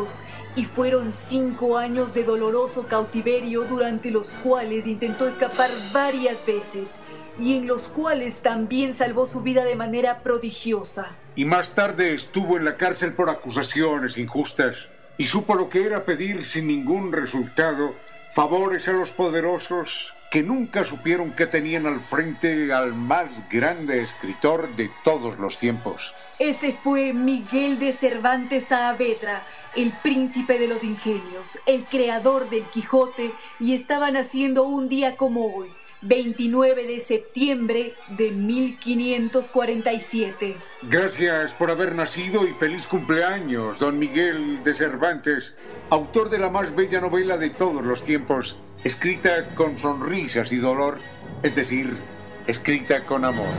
y fueron cinco años de doloroso cautiverio durante los cuales intentó escapar varias veces y en los cuales también salvó su vida de manera prodigiosa. Y más tarde estuvo en la cárcel por acusaciones injustas y supo lo que era pedir sin ningún resultado favores a los poderosos que nunca supieron que tenían al frente al más grande escritor de todos los tiempos. Ese fue Miguel de Cervantes Saavedra, el príncipe de los ingenios, el creador del Quijote, y estaba naciendo un día como hoy, veintinueve de septiembre de mil quinientos cuarenta y siete. Gracias por haber nacido y feliz cumpleaños, don Miguel de Cervantes, autor de la más bella novela de todos los tiempos, escrita con sonrisas y dolor, es decir, escrita con amor.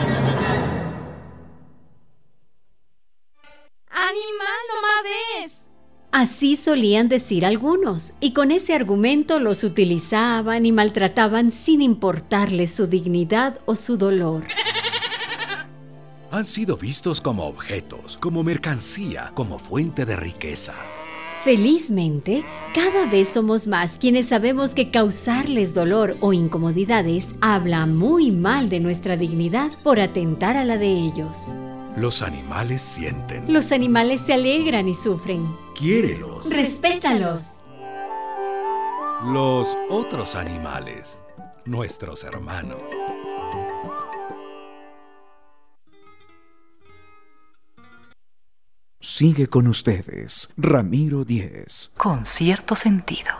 ¡Animal nomás es! Así solían decir algunos, y con ese argumento los utilizaban y maltrataban sin importarles su dignidad o su dolor. Han sido vistos como objetos, como mercancía, como fuente de riqueza. Felizmente, cada vez somos más quienes sabemos que causarles dolor o incomodidades habla muy mal de nuestra dignidad por atentar a la de ellos. Los animales sienten. Los animales se alegran y sufren. Quiérelos. Respétalos. Los otros animales, nuestros hermanos. Sigue con ustedes, Ramiro Díez. Con cierto sentido.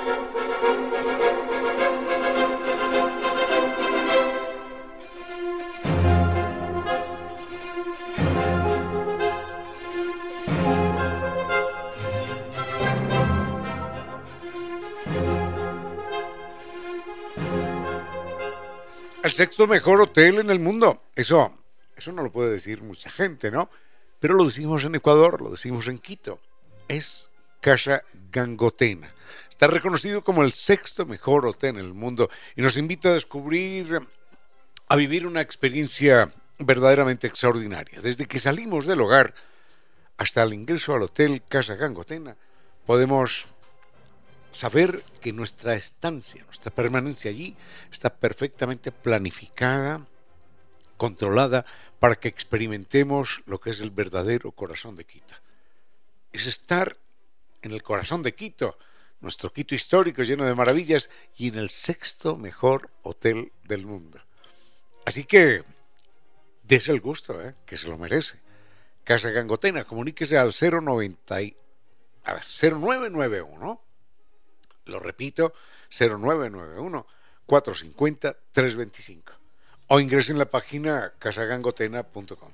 El sexto mejor hotel en el mundo. Eso, eso no lo puede decir mucha gente, ¿no? Pero lo decimos en Ecuador, lo decimos en Quito. Es Casa Gangotena. Está reconocido como el sexto mejor hotel en el mundo y nos invita a descubrir, a vivir una experiencia verdaderamente extraordinaria. Desde que salimos del hogar hasta el ingreso al hotel Casa Gangotena, podemos saber que nuestra estancia, nuestra permanencia allí está perfectamente planificada, controlada, para que experimentemos lo que es el verdadero corazón de Quito. Es estar en el corazón de Quito, nuestro Quito histórico lleno de maravillas y en el sexto mejor hotel del mundo. Así que dese el gusto, ¿eh? Que se lo merece. Casa Gangotena, comuníquese al cero noventa, a ver, cero nueve nueve uno, lo repito, cero nueve nueve uno, cuatro cinco cero, tres dos cinco. O ingrese en la página casa gangotena punto com.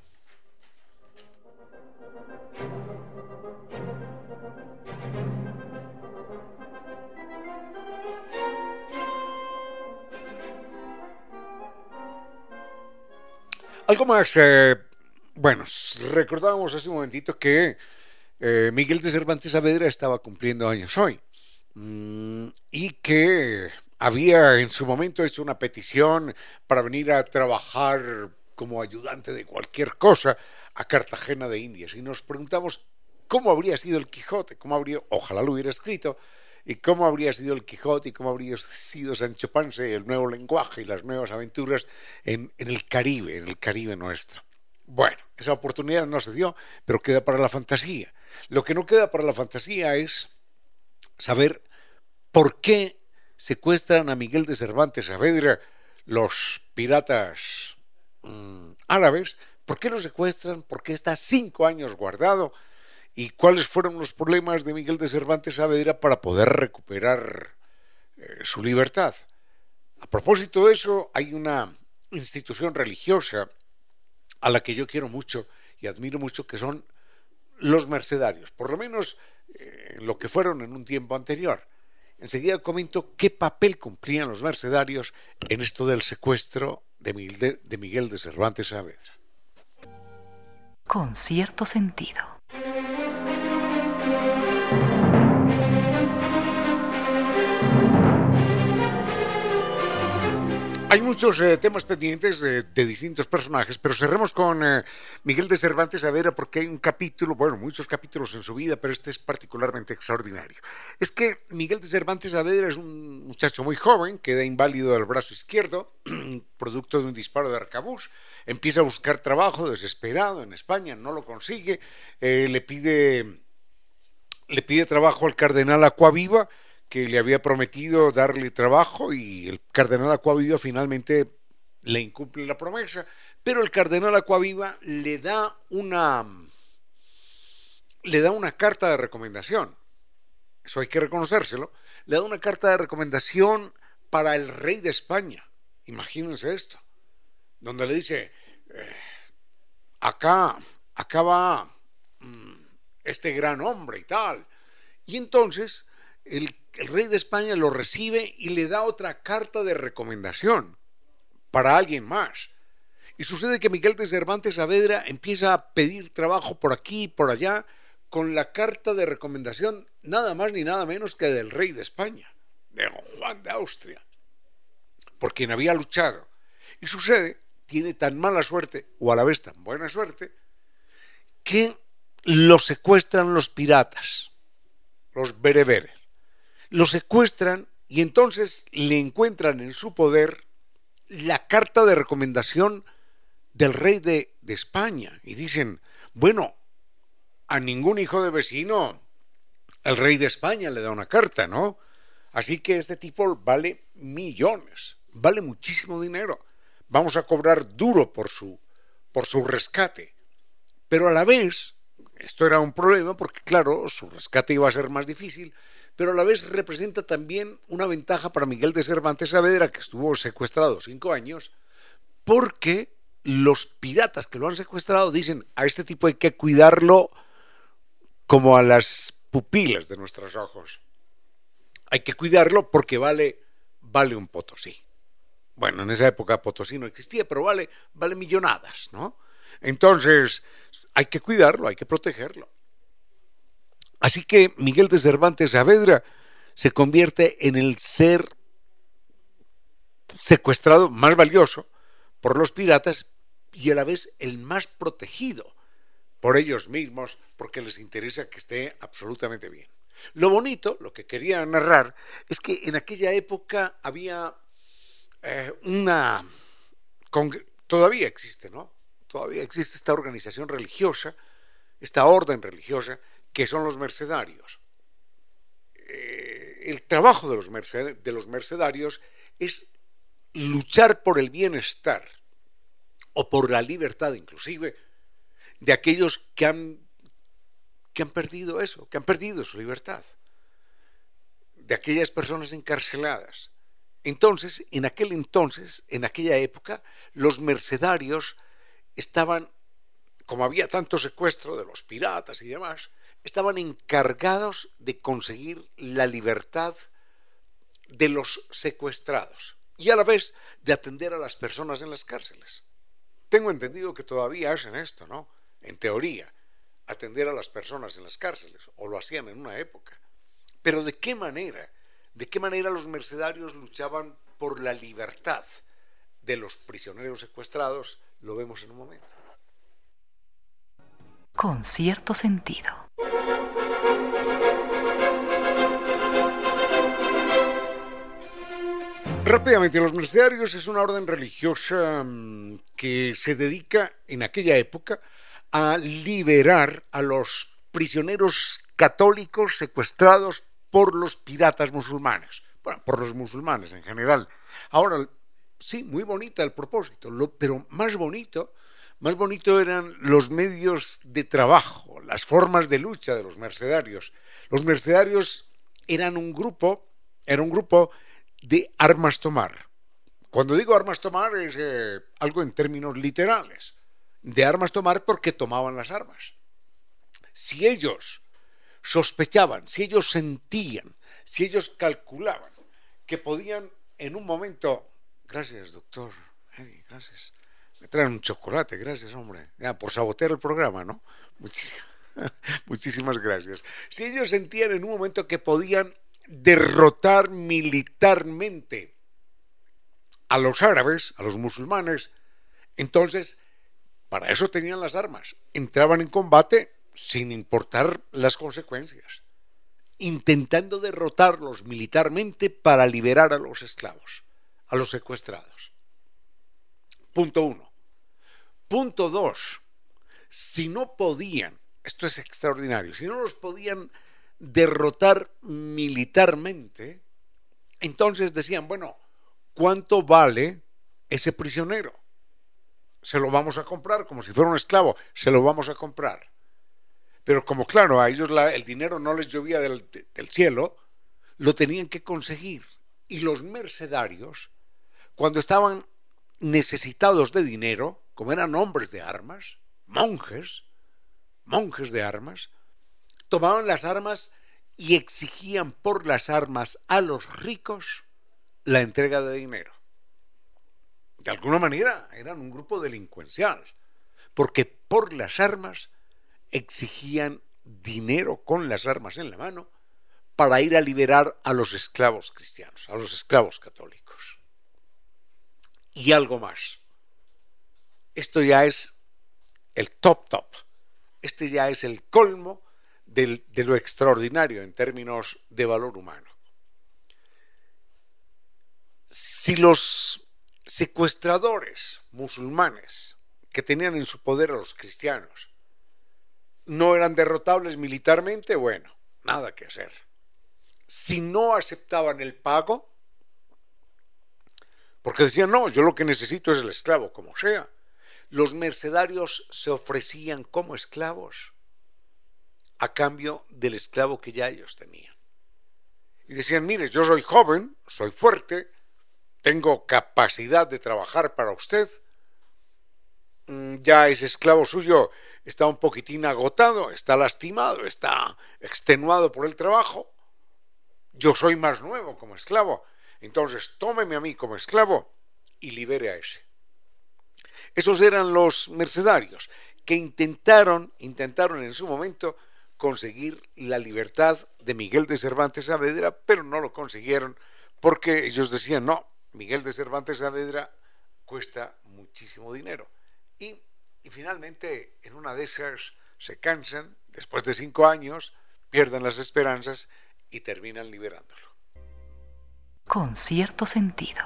Algo más, eh, bueno, recordábamos hace un momentito que eh, Miguel de Cervantes Saavedra estaba cumpliendo años hoy mm, y que había en su momento hecho una petición para venir a trabajar como ayudante de cualquier cosa a Cartagena de Indias. Y nos preguntamos cómo habría sido el Quijote, cómo habría, ojalá lo hubiera escrito, y cómo habría sido el Quijote y cómo habría sido Sancho Panza, el nuevo lenguaje y las nuevas aventuras en, en el Caribe, en el Caribe nuestro. Bueno, esa oportunidad no se dio, pero queda para la fantasía. Lo que no queda para la fantasía es saber por qué secuestran a Miguel de Cervantes Saavedra los piratas mmm, árabes. ¿Por qué lo secuestran? ¿Por qué está cinco años guardado? ¿Y cuáles fueron los problemas de Miguel de Cervantes Saavedra para poder recuperar eh, su libertad? A propósito de eso, hay una institución religiosa a la que yo quiero mucho y admiro mucho, que son los mercedarios, por lo menos eh, lo que fueron en un tiempo anterior. Enseguida comento qué papel cumplían los mercedarios en esto del secuestro de Miguel de, de, Miguel de Cervantes Saavedra. Con cierto sentido. Hay muchos eh, temas pendientes de, de distintos personajes, pero cerremos con eh, Miguel de Cervantes Saavedra, porque hay un capítulo, bueno, muchos capítulos en su vida, pero este es particularmente extraordinario. Es que Miguel de Cervantes Saavedra es un muchacho muy joven, queda inválido del brazo izquierdo, producto de un disparo de arcabuz, empieza a buscar trabajo desesperado en España, no lo consigue, eh, le pide, le pide trabajo al cardenal Acquaviva, que le había prometido darle trabajo, y el cardenal Acquaviva finalmente le incumple la promesa, pero el cardenal Acquaviva le da una le da una carta de recomendación, eso hay que reconocérselo, le da una carta de recomendación para el rey de España, imagínense esto, donde le dice, eh, acá, acá va mm, este gran hombre y tal, y entonces el El rey de España lo recibe y le da otra carta de recomendación para alguien más. Y sucede que Miguel de Cervantes Saavedra empieza a pedir trabajo por aquí y por allá con la carta de recomendación nada más ni nada menos que del rey de España, de don Juan de Austria, por quien había luchado. Y sucede, tiene tan mala suerte, o a la vez tan buena suerte, que lo secuestran los piratas, los bereberes. Lo secuestran y entonces le encuentran en su poder la carta de recomendación del rey de, de España. Y dicen, bueno, a ningún hijo de vecino el rey de España le da una carta, ¿no? Así que este tipo vale millones, vale muchísimo dinero. Vamos a cobrar duro por su, por su rescate. Pero a la vez, esto era un problema porque, claro, su rescate iba a ser más difícil, pero a la vez representa también una ventaja para Miguel de Cervantes Saavedra, que estuvo secuestrado cinco años, porque los piratas que lo han secuestrado dicen, a este tipo hay que cuidarlo como a las pupilas de nuestros ojos. Hay que cuidarlo porque vale, vale un potosí. Bueno, en esa época potosí no existía, pero vale, vale millonadas, ¿no? Entonces, hay que cuidarlo, hay que protegerlo. Así que Miguel de Cervantes Saavedra se convierte en el ser secuestrado más valioso por los piratas y a la vez el más protegido por ellos mismos, porque les interesa que esté absolutamente bien. Lo bonito, lo que quería narrar, es que en aquella época había eh, una... todavía existe, ¿no? Todavía existe esta organización religiosa, esta orden religiosa, que son los mercedarios. Eh, el trabajo de los, merced, de los mercedarios es luchar por el bienestar o por la libertad inclusive de aquellos que han, que han perdido eso, que han perdido su libertad, de aquellas personas encarceladas. Entonces, en aquel entonces, en aquella época, los mercedarios estaban, como había tanto secuestro de los piratas y demás, estaban encargados de conseguir la libertad de los secuestrados y a la vez de atender a las personas en las cárceles. Tengo entendido que todavía hacen esto, ¿no? En teoría, atender a las personas en las cárceles, o lo hacían en una época. Pero ¿de qué manera? ¿De qué manera los mercedarios luchaban por la libertad de los prisioneros secuestrados? Lo vemos en un momento. Con cierto sentido. Rápidamente, los mercedarios es una orden religiosa que se dedica en aquella época a liberar a los prisioneros católicos secuestrados por los piratas musulmanes, bueno, por los musulmanes en general. Ahora, sí, muy bonita el propósito, lo, pero más bonito, más bonito eran los medios de trabajo, las formas de lucha de los mercedarios. Los mercedarios eran un grupo, era un grupo de armas tomar. Cuando digo armas tomar es eh, algo en términos literales, de armas tomar porque tomaban las armas. Si ellos sospechaban, si ellos sentían, si ellos calculaban que podían en un momento, gracias doctor, Eddie, gracias, me traen un chocolate, gracias hombre, ya, por sabotear el programa, ¿no? Muchísimas, muchísimas gracias. Si ellos sentían en un momento que podían derrotar militarmente a los árabes, a los musulmanes. Entonces, para eso tenían las armas. Entraban en combate sin importar las consecuencias, intentando derrotarlos militarmente para liberar a los esclavos, a los secuestrados. Punto uno. Punto dos. Si no podían, esto es extraordinario, si no los podían derrotar militarmente, entonces decían, bueno, ¿cuánto vale ese prisionero? Se lo vamos a comprar, como si fuera un esclavo, se lo vamos a comprar. Pero como claro, a ellos la, el dinero no les llovía del, del cielo, lo tenían que conseguir. Y los mercenarios, cuando estaban necesitados de dinero, como eran hombres de armas, monjes, monjes de armas, tomaban las armas y exigían por las armas a los ricos la entrega de dinero. De alguna manera eran un grupo delincuencial, porque por las armas exigían dinero con las armas en la mano para ir a liberar a los esclavos cristianos, a los esclavos católicos. Y algo más. Esto ya es el top top. Este ya es el colmo del, de lo extraordinario en términos de valor humano. Si los secuestradores musulmanes que tenían en su poder a los cristianos no eran derrotables militarmente, bueno, nada que hacer. Si no aceptaban el pago, porque decían, no, yo lo que necesito es el esclavo, como sea, los mercenarios se ofrecían como esclavos a cambio del esclavo que ya ellos tenían. Y decían, mire, yo soy joven, soy fuerte, tengo capacidad de trabajar para usted, ya ese esclavo suyo está un poquitín agotado, está lastimado, está extenuado por el trabajo, yo soy más nuevo como esclavo, entonces tómeme a mí como esclavo y libere a ese. Esos eran los mercenarios que intentaron, intentaron en su momento conseguir la libertad de Miguel de Cervantes Saavedra, pero no lo consiguieron porque ellos decían, no, Miguel de Cervantes Saavedra cuesta muchísimo dinero. Y, y finalmente, en una de esas, se cansan, después de cinco años, pierden las esperanzas y terminan liberándolo. Con cierto sentido.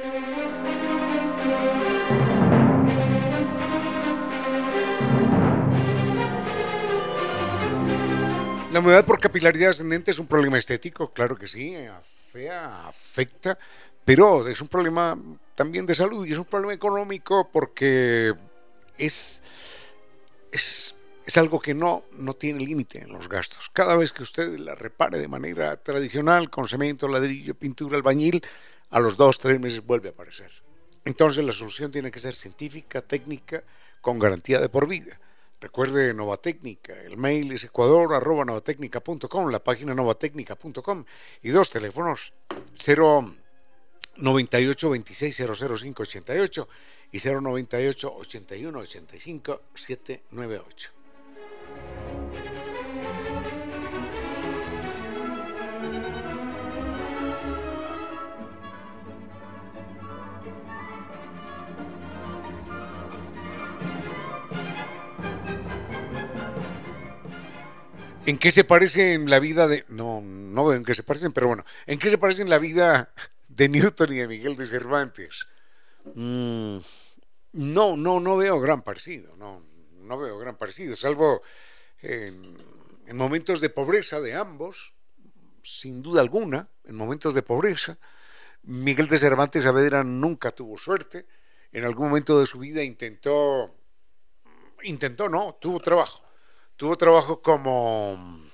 La humedad por capilaridad ascendente es un problema estético, claro que sí, afea, afecta, pero es un problema también de salud y es un problema económico porque es, es, es algo que no, no tiene límite en los gastos. Cada vez que usted la repare de manera tradicional, con cemento, ladrillo, pintura, albañil, a los dos, tres meses vuelve a aparecer. Entonces la solución tiene que ser científica, técnica, con garantía de por vida. Recuerde Novatecnica, el mail es ecuador arroba novatecnica punto com, la página novatecnica punto com y dos teléfonos, cero noventa y ocho veintiséis cero cero cinco ochenta y ocho y cero noventa y ocho ochenta y uno ochenta y cinco setecientos noventa y ocho. ¿En qué se parece en la vida de... No, no veo en qué se parecen, pero bueno. ¿En qué se parece en la vida de Newton y de Miguel de Cervantes? Mm, no, no, no veo gran parecido. No, no veo gran parecido, salvo en, en momentos de pobreza de ambos, sin duda alguna, en momentos de pobreza. Miguel de Cervantes Saavedra nunca tuvo suerte. En algún momento de su vida intentó... Intentó, no, tuvo trabajo. Tuvo trabajo como,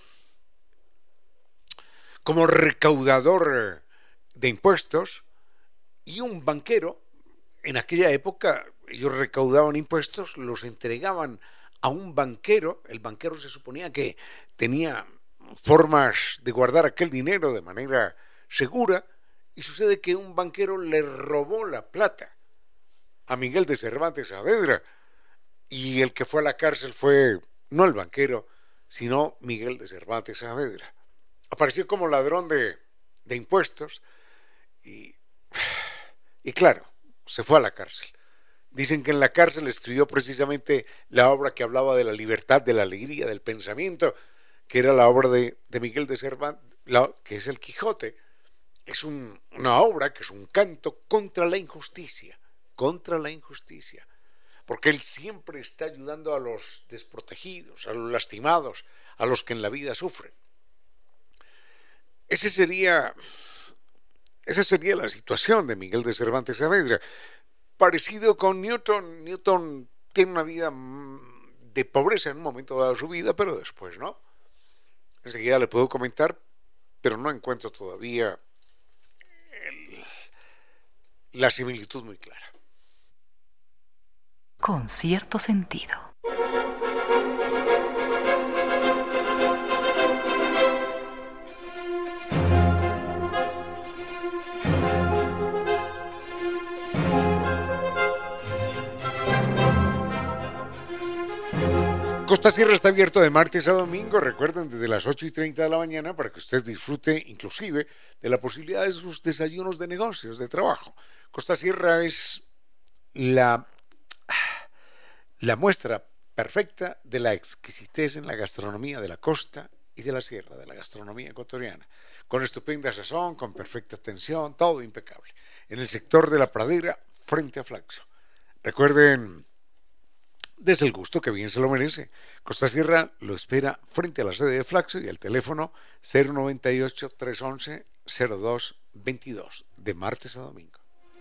como recaudador de impuestos y un banquero. En aquella época ellos recaudaban impuestos, los entregaban a un banquero. El banquero se suponía que tenía formas de guardar aquel dinero de manera segura y sucede que un banquero le robó la plata a Miguel de Cervantes Saavedra y el que fue a la cárcel fue... no el banquero, sino Miguel de Cervantes Saavedra. Apareció como ladrón de, de impuestos y, y claro, se fue a la cárcel. Dicen que en la cárcel escribió precisamente la obra que hablaba de la libertad, de la alegría, del pensamiento, que era la obra de, de Miguel de Cervantes, la, que es el Quijote. Es un, una obra que es un canto contra la injusticia, contra la injusticia, porque él siempre está ayudando a los desprotegidos, a los lastimados, a los que en la vida sufren. Ese sería, esa sería la situación de Miguel de Cervantes Saavedra. Parecido con Newton. Newton tiene una vida de pobreza en un momento dado de su vida, pero después no. Enseguida le puedo comentar, pero no encuentro todavía el, la similitud muy clara. Con cierto sentido. Costa Sierra está abierto de martes a domingo, recuerden, desde las ocho y treinta de la mañana, para que usted disfrute inclusive de la posibilidad de sus desayunos de negocios, de trabajo. Costa Sierra es la, la muestra perfecta de la exquisitez en la gastronomía de la costa y de la sierra, de la gastronomía ecuatoriana, con estupenda sazón, con perfecta atención, todo impecable. En el sector de la Pradera, frente a Flaxo. Recuerden, des el gusto que bien se lo merece. Costa Sierra lo espera frente a la sede de Flaxo y al teléfono cero noventa y ocho, trescientos once, cero dos veintidós, de martes a domingo.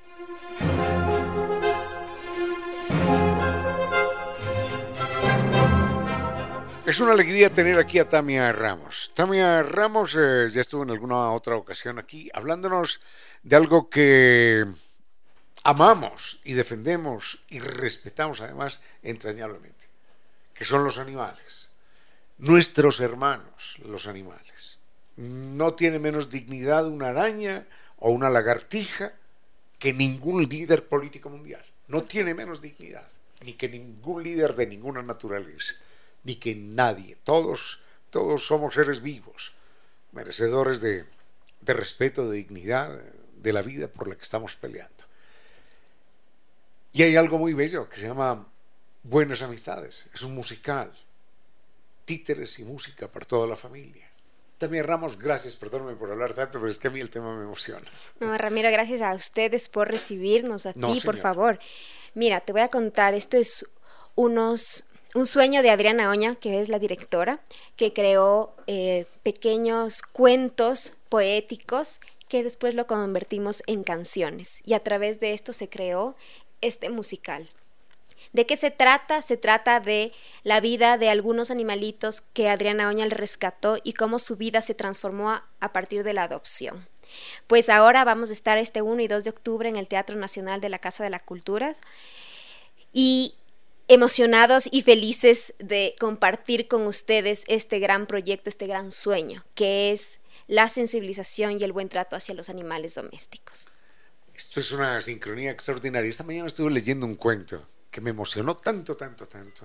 Es una alegría tener aquí a Tamia Ramos. Tamia Ramos eh, ya estuvo en alguna otra ocasión aquí hablándonos de algo que amamos y defendemos y respetamos además entrañablemente, que son los animales, nuestros hermanos, los animales. No tiene menos dignidad una araña o una lagartija que ningún líder político mundial. No tiene menos dignidad, ni que ningún líder de ninguna naturaleza, ni que nadie. Todos, todos somos seres vivos, merecedores de, de respeto, de dignidad, de la vida por la que estamos peleando. Y hay algo muy bello que se llama Buenas Amistades. Es un musical, títeres y música para toda la familia. También Ramos, gracias, perdóname por hablar tanto, pero es que a mí el tema me emociona. No, Ramiro, gracias a ustedes por recibirnos, a no, ti, señora. Por favor. Mira, te voy a contar, esto es unos, un sueño de Adriana Oña, que es la directora, que creó eh, pequeños cuentos poéticos que después lo convertimos en canciones. Y a través de esto se creó este musical. ¿De qué se trata? Se trata de la vida de algunos animalitos que Adriana Oña rescató y cómo su vida se transformó a, a partir de la adopción. Pues ahora vamos a estar este uno y dos de octubre en el Teatro Nacional de la Casa de la Cultura y emocionados y felices de compartir con ustedes este gran proyecto, este gran sueño, que es la sensibilización y el buen trato hacia los animales domésticos. Esto es una sincronía extraordinaria. Esta mañana estuve leyendo un cuento que me emocionó tanto, tanto, tanto.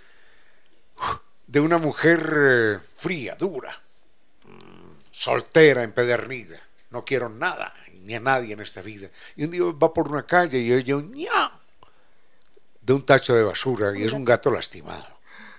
De una mujer eh, fría, dura, soltera, empedernida. No quiero nada, ni a nadie en esta vida. Y un día va por una calle y oye un ñau de un tacho de basura y es un gato lastimado.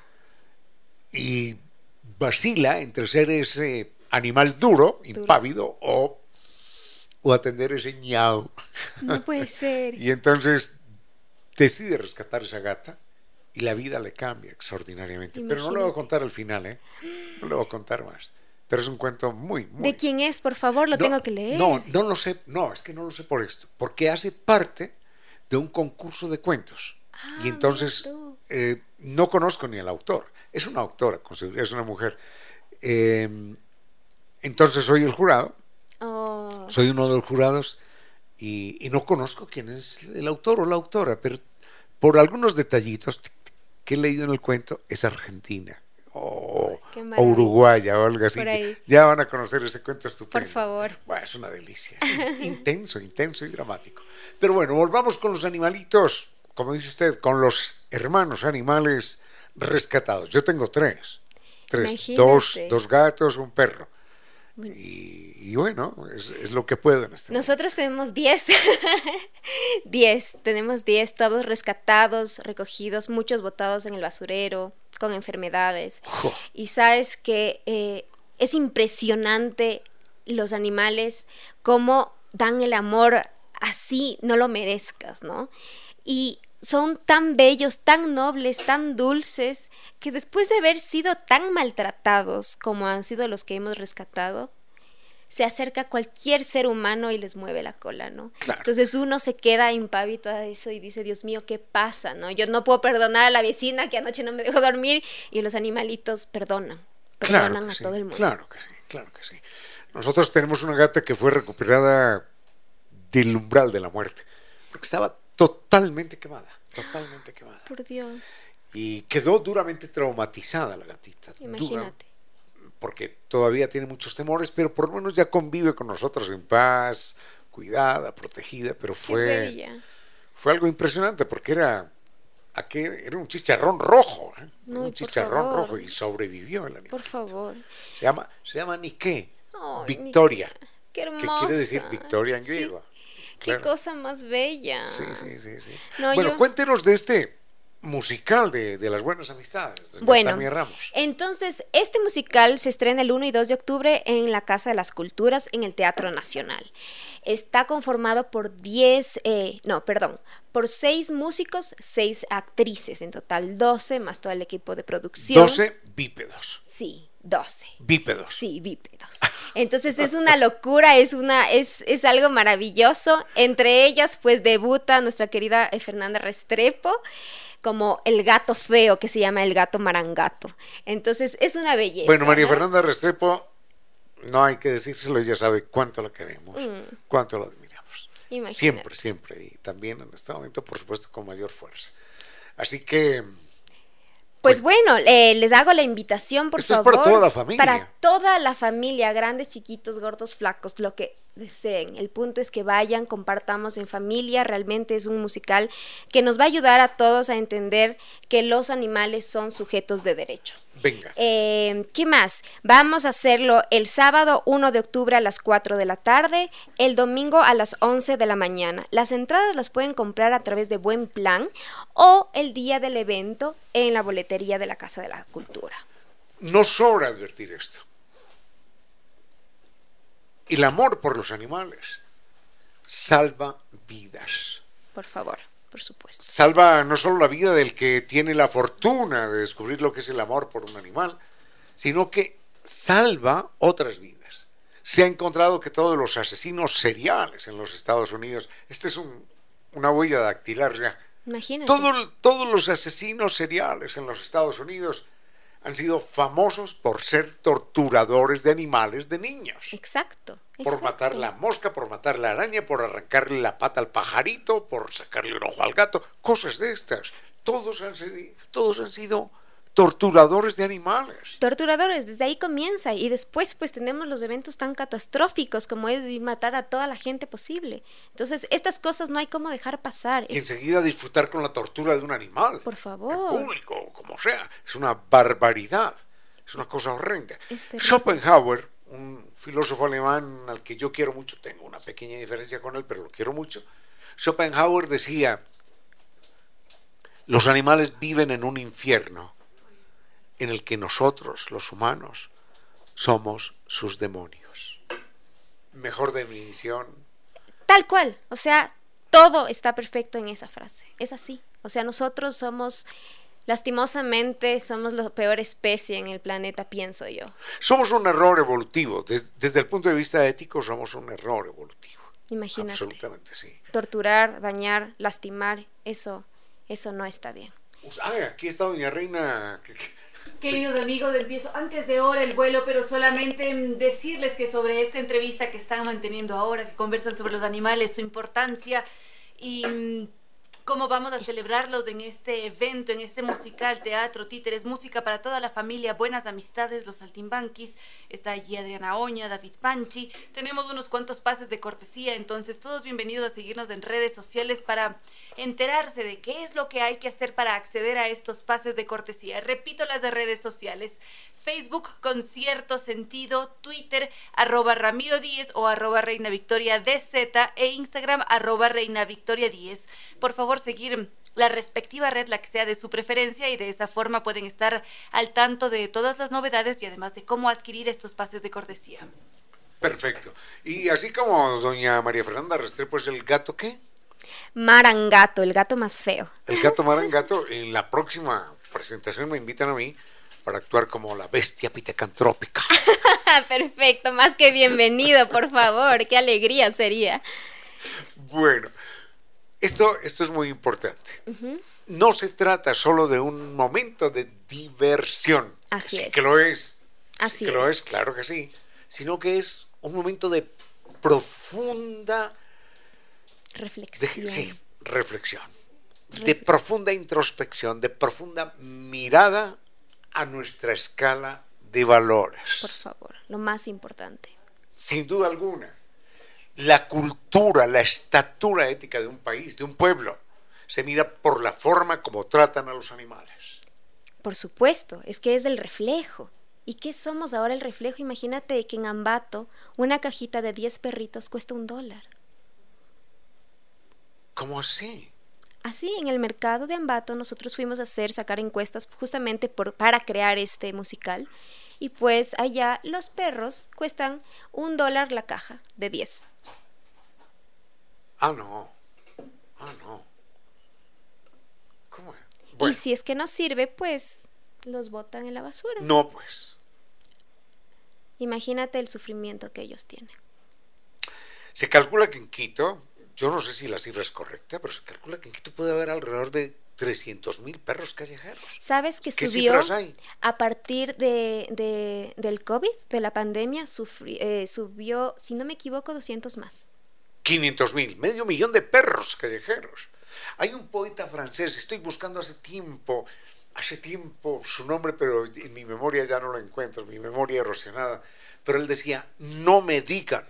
Y vacila entre ser ese animal duro, impávido, o o atender ese ñau. No puede ser. Y entonces decide rescatar a esa gata y la vida le cambia extraordinariamente. Imagínate. Pero no le voy a contar al final, ¿eh? No le voy a contar más. Pero es un cuento muy, muy... ¿De quién es? Por favor, lo no, tengo que leer. No, no lo sé. No, es que no lo sé por esto. Porque hace parte de un concurso de cuentos. Ah, y entonces eh, no conozco ni al autor. Es una autora, es una mujer. Eh, entonces soy el jurado. Oh. Soy uno de los jurados y, y no conozco quién es el autor o la autora, pero por algunos detallitos que he leído en el cuento es argentina o, o uruguaya o algo así. Ya van a conocer ese cuento estupendo. Por favor. Bueno, es una delicia. Intenso, intenso y dramático. Pero bueno, volvamos con los animalitos, como dice usted, con los hermanos animales rescatados. Yo tengo tres. Tres. Dos, dos gatos, un perro. Bueno. Y, y bueno, es, es lo que puedo en este Nosotros tenemos diez, diez, tenemos diez, todos rescatados, recogidos, muchos botados en el basurero, con enfermedades. Jo. Y sabes que eh, es impresionante los animales, cómo dan el amor así no lo merezcas, ¿no? Y son tan bellos, tan nobles, tan dulces, que después de haber sido tan maltratados como han sido los que hemos rescatado, se acerca cualquier ser humano y les mueve la cola, ¿no? Claro. Entonces uno se queda impávido a eso y dice, Dios mío, ¿qué pasa, no? Yo no puedo perdonar a la vecina que anoche no me dejó dormir, y los animalitos perdonan, perdonan Claro que a sí, todo el mundo. Claro que sí, claro que sí. Nosotros tenemos una gata que fue recuperada del umbral de la muerte, porque estaba totalmente quemada, totalmente quemada. Por Dios. Y quedó duramente traumatizada la gatita. Imagínate. Dura, porque todavía tiene muchos temores, pero por lo menos ya convive con nosotros en paz, cuidada, protegida, pero fue, Qué bella. fue algo impresionante porque era, aquel, era un chicharrón rojo, ¿eh? No, un por chicharrón favor. rojo, y sobrevivió el animal. Por favor. Se llama, se llama Nike, Ay, Victoria, Nike. Qué hermosa. que quiere decir victoria en Sí. griego. Qué Claro. cosa más bella. Sí, sí, sí, sí. No, bueno, yo- cuéntenos de este musical de, de las buenas amistades, doña Bueno, Tami Ramos. entonces este musical se estrena el uno y dos de octubre en la Casa de las Culturas en el Teatro Nacional. Está conformado por diez, eh, no, perdón, por seis músicos, seis actrices, en total doce, más todo el equipo de producción. doce bípedos. Sí, doce. Bípedos. Sí, bípedos. Entonces es una locura, es una, es, es algo maravilloso. Entre ellas, pues debuta nuestra querida eh, Fernanda Restrepo como el gato feo, que se llama el gato Marangato. Entonces es una belleza. Bueno, María ¿no? Fernanda Restrepo, no hay que decírselo, ella sabe cuánto la queremos, Mm. cuánto la admiramos. Imagínate. Siempre, siempre, y también en este momento, por supuesto, con mayor fuerza. Así que, Pues bueno, eh, les hago la invitación, por Esto es favor. para toda la familia. Para toda la familia, grandes, chiquitos, gordos, flacos, lo que deseen. El punto es que vayan, compartamos en familia. Realmente es un musical que nos va a ayudar a todos a entender que los animales son sujetos de derecho. venga. Eh, ¿Qué más? Vamos a hacerlo el sábado uno de octubre a las cuatro de la tarde, el domingo a las once de la mañana. Las entradas las pueden comprar a través de Buen Plan o el día del evento en la boletería de la Casa de la Cultura. No sobra advertir esto. El amor por los animales salva vidas. Por favor, por supuesto. Salva no solo la vida del que tiene la fortuna de descubrir lo que es el amor por un animal, sino que salva otras vidas. Se ha encontrado que todos los asesinos seriales en los Estados Unidos, este es un, una huella dactilar ya, Imagínate. todo, todos los asesinos seriales en los Estados Unidos han sido famosos por ser torturadores de animales de niños. Exacto. Por exacto. matar la mosca, por matar la araña, por arrancarle la pata al pajarito, por sacarle un ojo al gato, cosas de estas. Todos han sido, todos han sido torturadores de animales. Torturadores, desde ahí comienza y después pues tenemos los eventos tan catastróficos como es ir matar a toda la gente posible. Entonces estas cosas no hay cómo dejar pasar. Y Es- enseguida disfrutar con la tortura de un animal. Por favor. En público, como sea. Es una barbaridad. Es una cosa horrenda. Es terrible. Schopenhauer, un filósofo alemán al que yo quiero mucho, tengo una pequeña diferencia con él, pero lo quiero mucho. Schopenhauer decía, los animales viven en un infierno en el que nosotros, los humanos, somos sus demonios. Mejor definición. Tal cual, o sea, todo está perfecto en esa frase, es así. O sea, nosotros somos, lastimosamente, somos la peor especie en el planeta, pienso yo. Somos un error evolutivo. Des- desde el punto de vista ético, somos un error evolutivo. Imagínate. Absolutamente, sí. Torturar, dañar, lastimar, eso, eso no está bien. Pues, ay, aquí está doña Reina. que- que- Queridos amigos, empiezo antes de hora el vuelo, pero solamente mm, decirles que sobre esta entrevista que están manteniendo ahora, que conversan sobre los animales, su importancia y mm, cómo vamos a celebrarlos en este evento, en este musical, teatro, títeres, música para toda la familia, buenas amistades, los saltimbanquis. Está allí Adriana Oña, David Panchi. Tenemos unos cuantos pases de cortesía, entonces todos bienvenidos a seguirnos en redes sociales para enterarse de qué es lo que hay que hacer para acceder a estos pases de cortesía. Repito las de redes sociales: Facebook, Concierto Sentido, Twitter, arroba Ramiro Díez o arroba Reina Victoria DZ e Instagram, arroba Reina Victoria Díez. Por favor, seguir la respectiva red, la que sea de su preferencia, y de esa forma pueden estar al tanto de todas las novedades y además de cómo adquirir estos pases de cortesía. Perfecto. Y así como doña María Fernanda Restrepo es el gato, ¿qué? Marangato, el gato más feo. El gato Marangato. En la próxima presentación me invitan a mí para actuar como la bestia pitecantrópica. Perfecto, más que bienvenido, por favor. Qué alegría sería. Bueno, esto, esto es muy importante. Uh-huh. No se trata solo de un momento de diversión. Así sí es. que lo es. Así sí que es. lo es, claro que sí. Sino que es un momento de profunda reflexión. De, sí, reflexión. Refle- de profunda introspección, de profunda mirada a nuestra escala de valores. Por favor, lo más importante. Sin duda alguna, la cultura, la estatura ética de un país, de un pueblo, se mira por la forma como tratan a los animales. Por supuesto, es que es el reflejo. ¿Y qué somos ahora el reflejo? Imagínate que en Ambato una cajita de diez perritos cuesta un dólar. ¿Cómo así? Así, en el mercado de Ambato nosotros fuimos a hacer, sacar encuestas justamente por, para crear este musical. Y pues allá los perros cuestan un dólar la caja de diez. Ah, no. Ah, no. ¿Cómo es? Bueno. Y si es que no sirve, pues los botan en la basura. No, pues. Imagínate el sufrimiento que ellos tienen. Se calcula que en Quito, yo no sé si la cifra es correcta, pero se calcula que en Quito puede haber alrededor de trescientos mil perros callejeros. ¿Sabes que ¿Qué subió cifras hay? A partir de, de, del COVID, de la pandemia, sufri, eh, subió, si no me equivoco, doscientos más? quinientos mil, medio millón de perros callejeros. Hay un poeta francés, estoy buscando hace tiempo, hace tiempo su nombre, pero en mi memoria ya no lo encuentro, mi memoria erosionada, pero él decía: no me digan,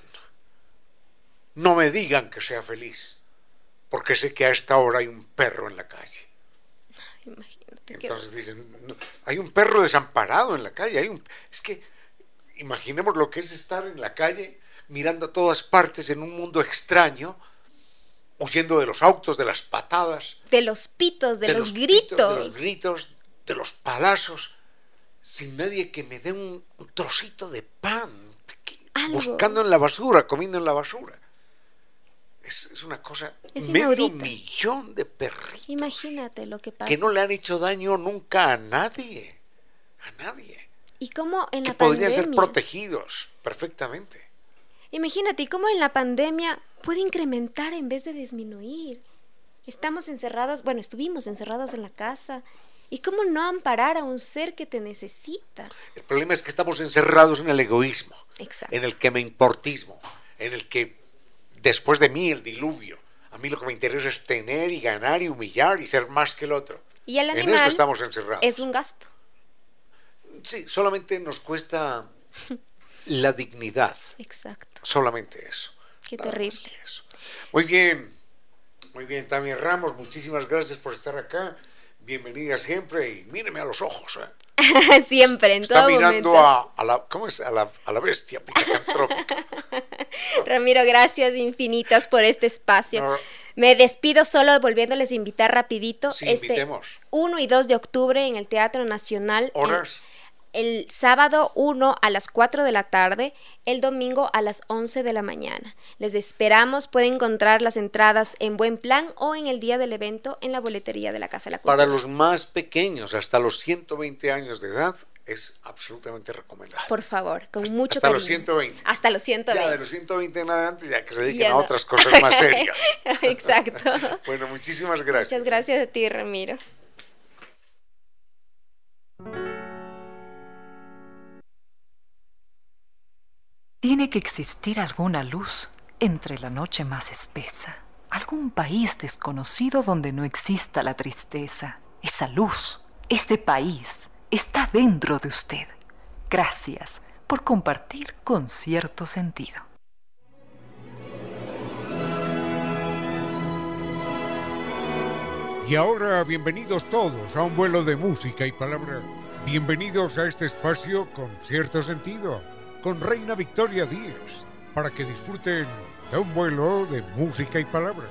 no me digan que sea feliz, porque sé que a esta hora hay un perro en la calle. Imagínate. Entonces dicen, no, hay un perro desamparado en la calle, hay un, es que imaginemos lo que es estar en la calle mirando a todas partes en un mundo extraño, huyendo de los autos, de las patadas, de los pitos, de, de los, los gritos, pitos, de los gritos, de los palazos, sin nadie que me dé un, un trocito de pan, buscando en la basura, comiendo en la basura. Es, es una cosa, es medio inaudita. Millón de perritos. Imagínate lo que pasa. Que no le han hecho daño nunca a nadie, a nadie. Y cómo en que la podrían pandemia, ser protegidos perfectamente. Imagínate, y cómo en la pandemia puede incrementar en vez de disminuir. Estamos encerrados, bueno, estuvimos encerrados en la casa. ¿Y cómo no amparar a un ser que te necesita? El problema es que estamos encerrados en el egoísmo. Exacto. En el que me importismo, en el que después de mí el diluvio. A mí lo que me interesa es tener y ganar y humillar y ser más que el otro. Y el animal en eso estamos encerrados. Es un gasto. Sí, solamente nos cuesta la dignidad. Exacto. Solamente eso. Qué Nada terrible. Eso. Muy bien, muy bien, Tamia Ramos, muchísimas gracias por estar acá. Bienvenida siempre y míreme a los ojos. ¿eh? Siempre, en Está todo mirando momento. A, a la, ¿cómo es? A la, a la bestia pitecantrópica. Ramiro, gracias infinitas por este espacio. No. Me despido solo volviéndoles a invitar rapidito. Sí, este invitemos. uno y dos de octubre en el Teatro Nacional. ¿Horas? El, el sábado uno a las cuatro de la tarde, el domingo a las once de la mañana. Les esperamos, pueden encontrar las entradas en Buen Plan o en el día del evento en la boletería de la Casa de la Cultura. Para los más pequeños, hasta los ciento veinte años de edad, es absolutamente recomendable. Por favor, con hasta, mucho hasta cariño. los ciento veinte. Hasta los ciento veinte. Ya de los ciento veinte en adelante, ya que se dediquen Ya a no. otras cosas más serias. Exacto. Bueno, muchísimas gracias. Muchas gracias a ti, Ramiro. Tiene que existir alguna luz entre la noche más espesa algún país desconocido donde no exista la tristeza. Esa luz, ese país, está dentro de usted. Gracias por compartir con cierto sentido. Y ahora, bienvenidos todos a un vuelo de música y palabra. Bienvenidos a este espacio con cierto sentido, con Reina Victoria Díez, para que disfruten de un vuelo de música y palabra.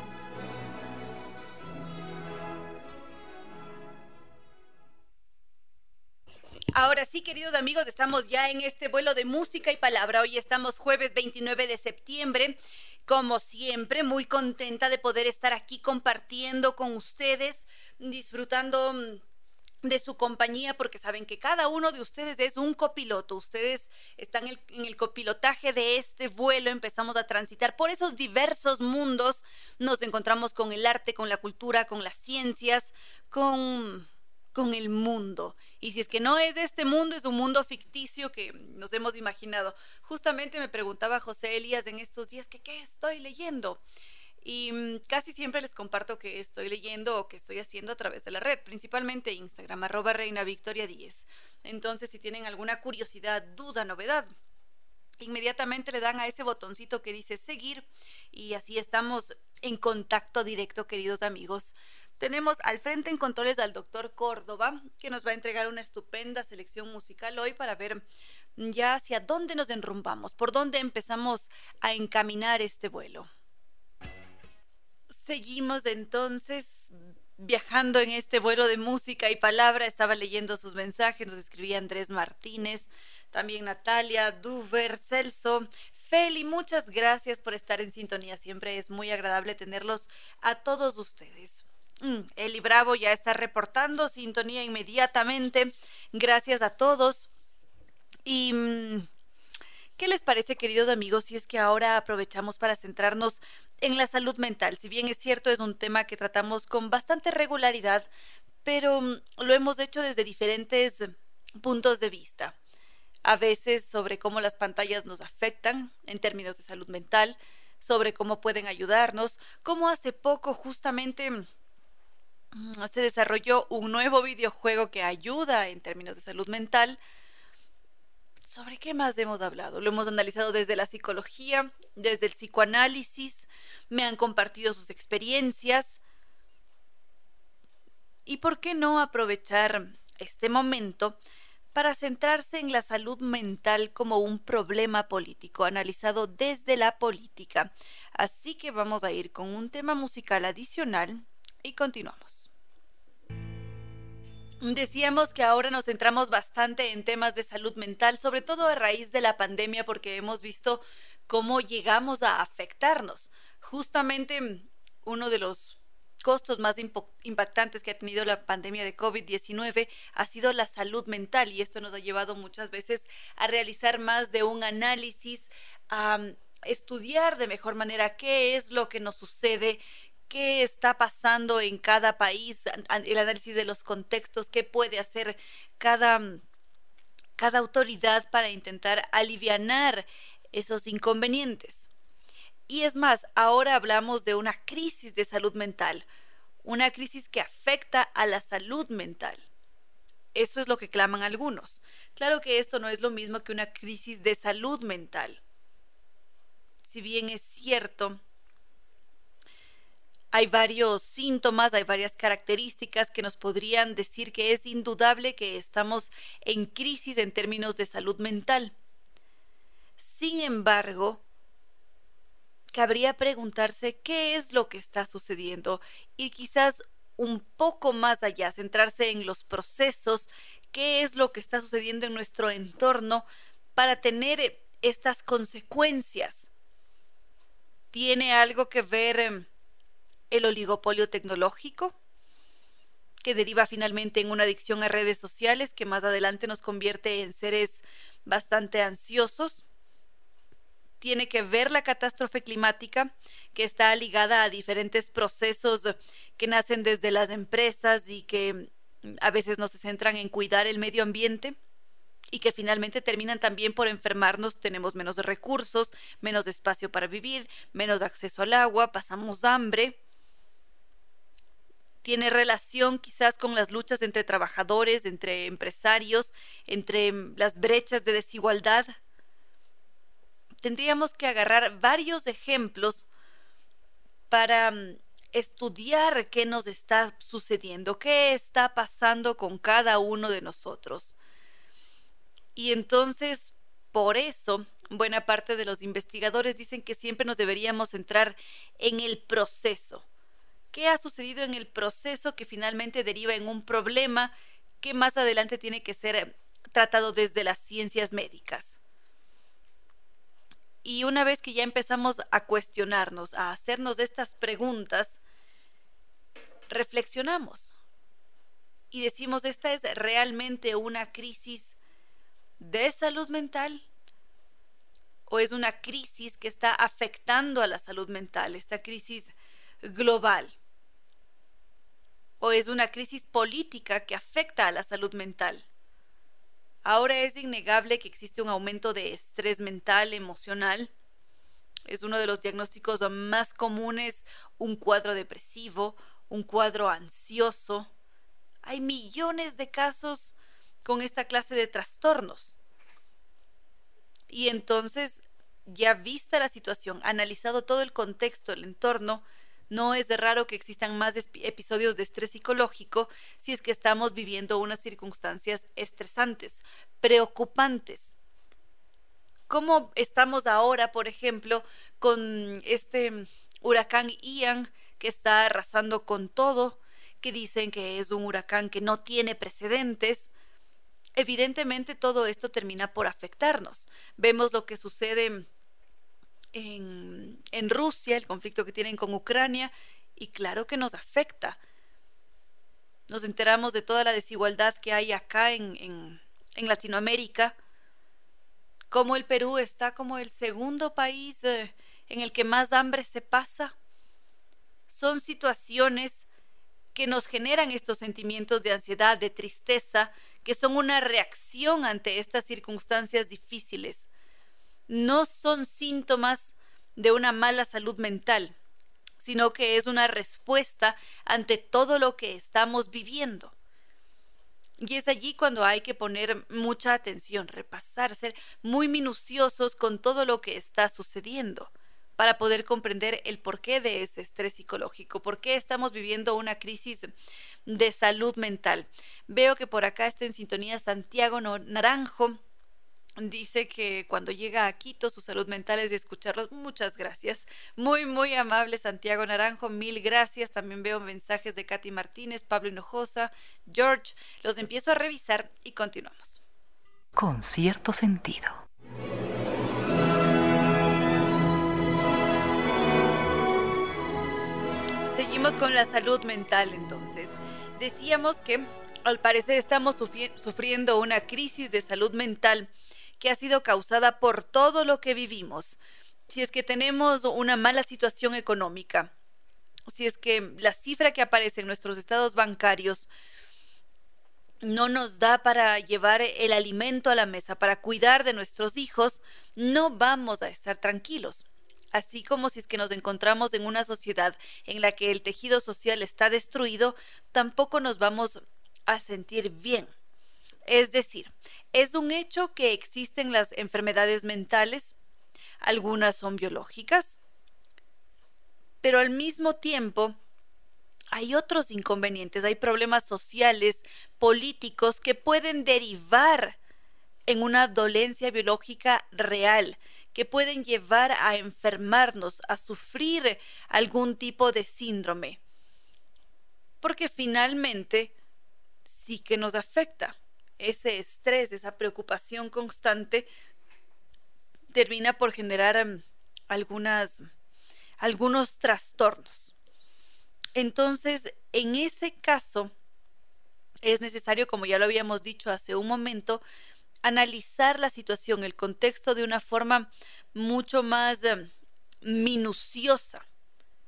Ahora sí, queridos amigos, estamos ya en este vuelo de música y palabra. Hoy estamos jueves veintinueve de septiembre. Como siempre, muy contenta de poder estar aquí compartiendo con ustedes, disfrutando de su compañía, porque saben que cada uno de ustedes es un copiloto. Ustedes están en el, en el copilotaje de este vuelo. Empezamos a transitar por esos diversos mundos. Nos encontramos con el arte, con la cultura, con las ciencias, con... con el mundo. Y si es que no es este mundo, es un mundo ficticio que nos hemos imaginado. Justamente me preguntaba José Elías en estos días que qué estoy leyendo. Y mmm, casi siempre les comparto que estoy leyendo o que estoy haciendo a través de la red, principalmente Instagram, arroba Reina Victoria Díez. Entonces, si tienen alguna curiosidad, duda, novedad, inmediatamente le dan a ese botoncito que dice seguir y así estamos en contacto directo, queridos amigos. Tenemos al frente en controles al doctor Córdoba, que nos va a entregar una estupenda selección musical hoy para ver ya hacia dónde nos enrumbamos, por dónde empezamos a encaminar este vuelo. Seguimos entonces viajando en este vuelo de música y palabra. Estaba leyendo sus mensajes, nos escribía Andrés Martínez, también Natalia, Duver, Celso, Feli, muchas gracias por estar en sintonía. Siempre es muy agradable tenerlos a todos ustedes. Mm, Eli Bravo ya está reportando sintonía inmediatamente. Gracias a todos. Y mm, ¿qué les parece, queridos amigos, si es que ahora aprovechamos para centrarnos en la salud mental? Si bien es cierto, es un tema que tratamos con bastante regularidad, pero mm, lo hemos hecho desde diferentes puntos de vista. A veces sobre cómo las pantallas nos afectan en términos de salud mental, sobre cómo pueden ayudarnos, cómo hace poco justamente se desarrolló un nuevo videojuego que ayuda en términos de salud mental. ¿Sobre qué más hemos hablado? Lo hemos analizado desde la psicología, desde el psicoanálisis, me han compartido sus experiencias. ¿Y por qué no aprovechar este momento para centrarse en la salud mental como un problema político, analizado desde la política? Así que vamos a ir con un tema musical adicional y continuamos. Decíamos que ahora nos centramos bastante en temas de salud mental, sobre todo a raíz de la pandemia, porque hemos visto cómo llegamos a afectarnos. Justamente uno de los costos más impo- impactantes que ha tenido la pandemia de COVID diecinueve ha sido la salud mental, y esto nos ha llevado muchas veces a realizar más de un análisis, a estudiar de mejor manera qué es lo que nos sucede, qué está pasando en cada país, el análisis de los contextos, qué puede hacer cada, cada autoridad para intentar alivianar esos inconvenientes. Y es más, ahora hablamos de una crisis de salud mental, una crisis que afecta a la salud mental. Eso es lo que claman algunos. Claro que esto no es lo mismo que una crisis de salud mental. Si bien es cierto, hay varios síntomas, hay varias características que nos podrían decir que es indudable que estamos en crisis en términos de salud mental. Sin embargo, cabría preguntarse qué es lo que está sucediendo y quizás un poco más allá, centrarse en los procesos, qué es lo que está sucediendo en nuestro entorno para tener estas consecuencias. ¿Tiene algo que ver el oligopolio tecnológico, que deriva finalmente en una adicción a redes sociales que más adelante nos convierte en seres bastante ansiosos? Tiene que ver la catástrofe climática, que está ligada a diferentes procesos que nacen desde las empresas y que a veces no se centran en cuidar el medio ambiente. y que finalmente terminan también por enfermarnos. Tenemos menos recursos, menos espacio para vivir, menos acceso al agua, pasamos hambre. Tiene relación quizás con las luchas entre trabajadores, entre empresarios, entre las brechas de desigualdad. Tendríamos que agarrar varios ejemplos para estudiar qué nos está sucediendo, qué está pasando con cada uno de nosotros. Y entonces, por eso, buena parte de los investigadores dicen que siempre nos deberíamos centrar en el proceso. ¿Qué ha sucedido en el proceso que finalmente deriva en un problema que más adelante tiene que ser tratado desde las ciencias médicas? Y una vez que ya empezamos a cuestionarnos, a hacernos estas preguntas, reflexionamos y decimos, ¿esta es realmente una crisis de salud mental? ¿O es una crisis que está afectando a la salud mental, esta crisis global? ¿O es una crisis política que afecta a la salud mental? Ahora es innegable que existe un aumento de estrés mental, emocional. Es uno de los diagnósticos más comunes, un cuadro depresivo, un cuadro ansioso. Hay millones de casos con esta clase de trastornos. Y entonces, ya vista la situación, analizado todo el contexto, el entorno, no es de raro que existan más episodios de estrés psicológico si es que estamos viviendo unas circunstancias estresantes, preocupantes. ¿Cómo estamos ahora, por ejemplo, con este huracán Ian que está arrasando con todo, que dicen que es un huracán que no tiene precedentes? Evidentemente todo esto termina por afectarnos. Vemos lo que sucede En, en Rusia, el conflicto que tienen con Ucrania, y claro que nos afecta. Nos enteramos de toda la desigualdad que hay acá en, en, en Latinoamérica, cómo el Perú está como el segundo país eh, en el que más hambre se pasa. Son situaciones que nos generan estos sentimientos de ansiedad, de tristeza, que son una reacción ante estas circunstancias difíciles. No son síntomas de una mala salud mental, sino que es una respuesta ante todo lo que estamos viviendo. Y es allí cuando hay que poner mucha atención, repasar, ser muy minuciosos con todo lo que está sucediendo para poder comprender el porqué de ese estrés psicológico, por qué estamos viviendo una crisis de salud mental. Veo que por acá está en sintonía Santiago Naranjo. Dice que cuando llega a Quito su salud mental es de escucharlos. Muchas gracias. Muy, muy amable Santiago Naranjo. Mil gracias. También veo mensajes de Katy Martínez, Pablo Hinojosa, George. Los empiezo a revisar y continuamos. Con cierto sentido. Seguimos con la salud mental entonces. Decíamos que al parecer estamos sufri- sufriendo una crisis de salud mental que ha sido causada por todo lo que vivimos. Si es que tenemos una mala situación económica, si es que la cifra que aparece en nuestros estados bancarios no nos da para llevar el alimento a la mesa, para cuidar de nuestros hijos, no vamos a estar tranquilos. Así como si es que nos encontramos en una sociedad en la que el tejido social está destruido, tampoco nos vamos a sentir bien. Es decir, es un hecho que existen las enfermedades mentales, algunas son biológicas, pero al mismo tiempo hay otros inconvenientes, hay problemas sociales, políticos que pueden derivar en una dolencia biológica real, que pueden llevar a enfermarnos, a sufrir algún tipo de síndrome, porque finalmente sí que nos afecta. Ese estrés, esa preocupación constante termina por generar um, algunas, algunos trastornos. Entonces, en ese caso, es necesario, como ya lo habíamos dicho hace un momento, analizar la situación, el contexto de una forma mucho más um, minuciosa.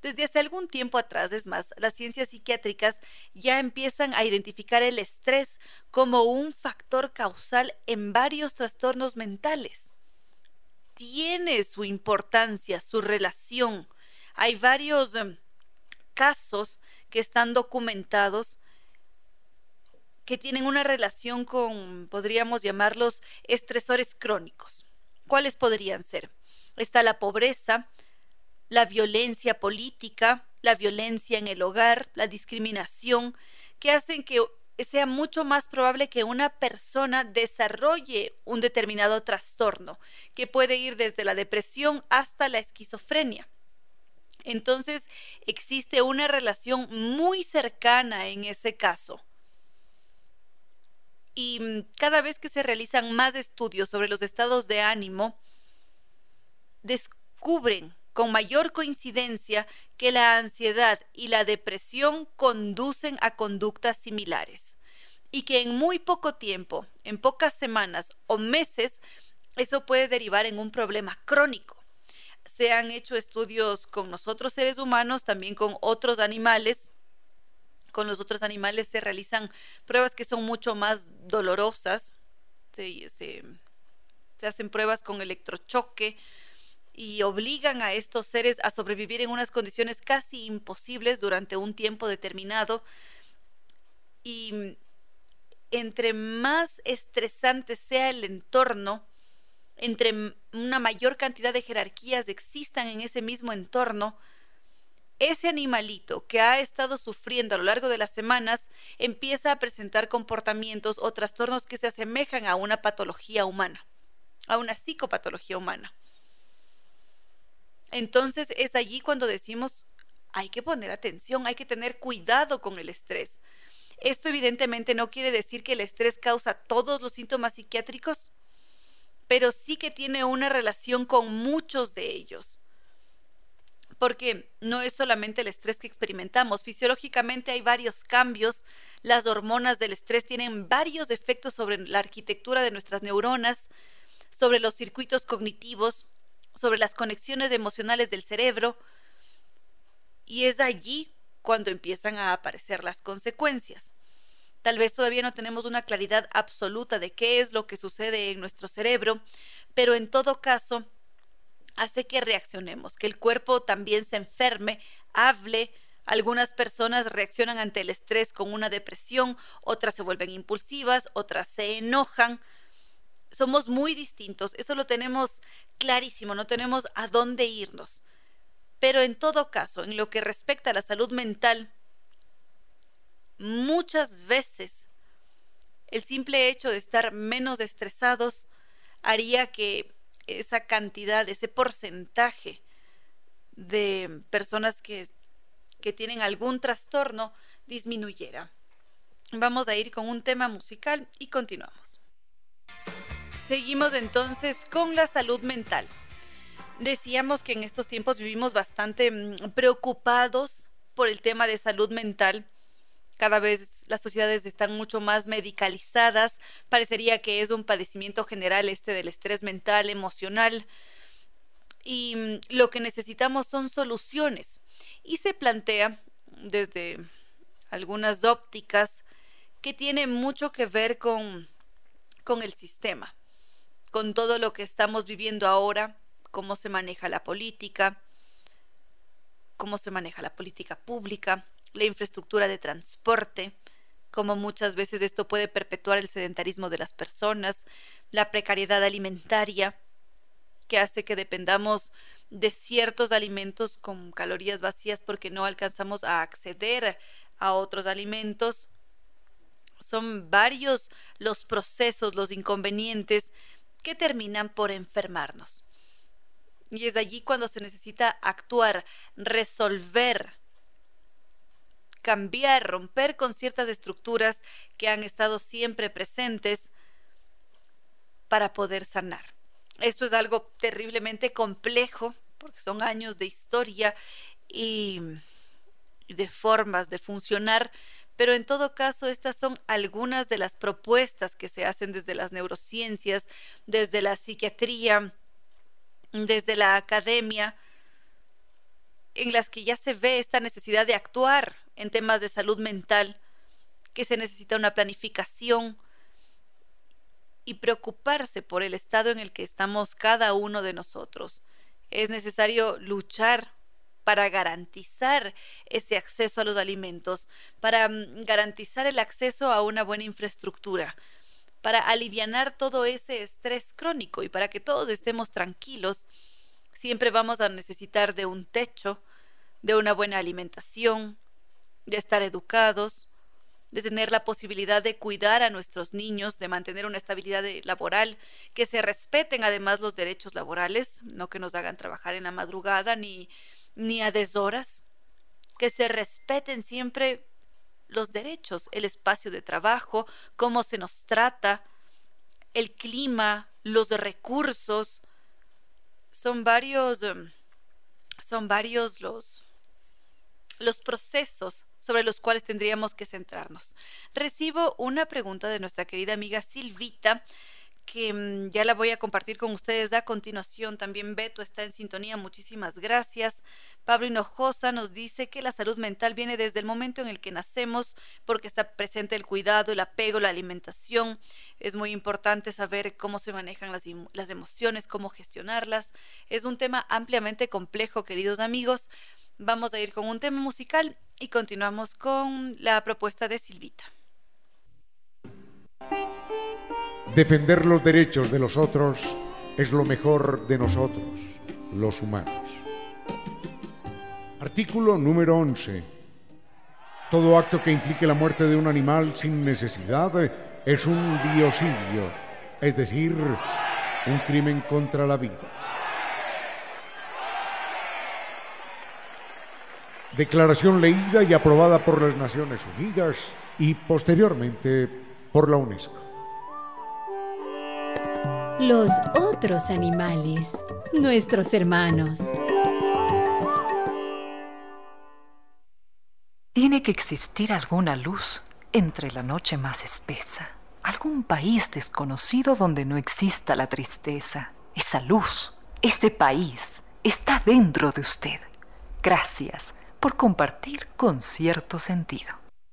Desde hace algún tiempo atrás, es más, las ciencias psiquiátricas ya empiezan a identificar el estrés como un factor causal en varios trastornos mentales. Tiene su importancia, su relación. Hay varios um, casos que están documentados que tienen una relación con, podríamos llamarlos, estresores crónicos. ¿Cuáles podrían ser? Está la pobreza, la violencia política, la violencia en el hogar, la discriminación, que hacen que sea mucho más probable que una persona desarrolle un determinado trastorno, que puede ir desde la depresión hasta la esquizofrenia. Entonces, existe una relación muy cercana en ese caso. Y cada vez que se realizan más estudios sobre los estados de ánimo, descubren con mayor coincidencia que la ansiedad y la depresión conducen a conductas similares y que en muy poco tiempo, en pocas semanas o meses, eso puede derivar en un problema crónico. Se han hecho estudios con nosotros seres humanos, también con otros animales. Con los otros animales se realizan pruebas que son mucho más dolorosas. Se, se, se hacen pruebas con electrochoque y obligan a estos seres a sobrevivir en unas condiciones casi imposibles durante un tiempo determinado. Y entre más estresante sea el entorno, entre una mayor cantidad de jerarquías existan en ese mismo entorno, ese animalito que ha estado sufriendo a lo largo de las semanas empieza a presentar comportamientos o trastornos que se asemejan a una patología humana, a una psicopatología humana. Entonces es allí cuando decimos, hay que poner atención, hay que tener cuidado con el estrés. Esto evidentemente no quiere decir que el estrés causa todos los síntomas psiquiátricos, pero sí que tiene una relación con muchos de ellos. Porque no es solamente el estrés que experimentamos, fisiológicamente hay varios cambios, las hormonas del estrés tienen varios efectos sobre la arquitectura de nuestras neuronas, sobre los circuitos cognitivos, sobre las conexiones emocionales del cerebro, y es allí cuando empiezan a aparecer las consecuencias. Tal vez todavía no tenemos una claridad absoluta de qué es lo que sucede en nuestro cerebro, pero en todo caso hace que reaccionemos, que el cuerpo también se enferme, hable. Algunas personas reaccionan ante el estrés con una depresión, otras se vuelven impulsivas, otras se enojan. Somos muy distintos, eso lo tenemos clarísimo, no tenemos a dónde irnos. Pero en todo caso, en lo que respecta a la salud mental, muchas veces el simple hecho de estar menos estresados haría que esa cantidad, ese porcentaje de personas que, que tienen algún trastorno disminuyera. Vamos a ir con un tema musical y continuamos. Seguimos entonces con la salud mental. Decíamos que en estos tiempos vivimos bastante preocupados por el tema de salud mental. Cada vez las sociedades están mucho más medicalizadas. Parecería que es un padecimiento general este del estrés mental, emocional. Y lo que necesitamos son soluciones. Y se plantea desde algunas ópticas que tiene mucho que ver con, con el sistema, con todo lo que estamos viviendo ahora, cómo se maneja la política, cómo se maneja la política pública, la infraestructura de transporte, cómo muchas veces esto puede perpetuar el sedentarismo de las personas, la precariedad alimentaria, que hace que dependamos de ciertos alimentos con calorías vacías porque no alcanzamos a acceder a otros alimentos. Son varios los procesos, los inconvenientes que terminan por enfermarnos. Y es allí cuando se necesita actuar, resolver, cambiar, romper con ciertas estructuras que han estado siempre presentes para poder sanar. Esto es algo terriblemente complejo porque son años de historia y de formas de funcionar, pero en todo caso estas son algunas de las propuestas que se hacen desde las neurociencias, desde la psiquiatría, desde la academia, en las que ya se ve esta necesidad de actuar en temas de salud mental, que se necesita una planificación y preocuparse por el estado en el que estamos cada uno de nosotros. Es necesario luchar para garantizar ese acceso a los alimentos, para garantizar el acceso a una buena infraestructura, para alivianar todo ese estrés crónico y para que todos estemos tranquilos. Siempre vamos a necesitar de un techo, de una buena alimentación, de estar educados, de tener la posibilidad de cuidar a nuestros niños, de mantener una estabilidad laboral, que se respeten además los derechos laborales, no que nos hagan trabajar en la madrugada ni, ni a deshoras, que se respeten siempre los derechos, el espacio de trabajo, cómo se nos trata, el clima, los recursos. Son varios, son varios los, los procesos sobre los cuales tendríamos que centrarnos. Recibo una pregunta de nuestra querida amiga Silvita, que mmm, ya la voy a compartir con ustedes a continuación. También Beto está en sintonía, muchísimas gracias. Pablo Hinojosa nos dice que la salud mental viene desde el momento en el que nacemos, porque está presente el cuidado, el apego, la alimentación. Es muy importante saber cómo se manejan las, las emociones, cómo gestionarlas. Es un tema ampliamente complejo, queridos amigos. Vamos a ir con un tema musical y continuamos con la propuesta de Silvita. Defender los derechos de los otros es lo mejor de nosotros, los humanos. Artículo número once. Todo acto que implique la muerte de un animal sin necesidad es un biocidio, es decir, un crimen contra la vida. Declaración leída y aprobada por las Naciones Unidas y posteriormente por la UNESCO. Los otros animales, nuestros hermanos. Tiene que existir alguna luz entre la noche más espesa, algún país desconocido donde no exista la tristeza. Esa luz, ese país, está dentro de usted. Gracias por compartir con cierto sentido.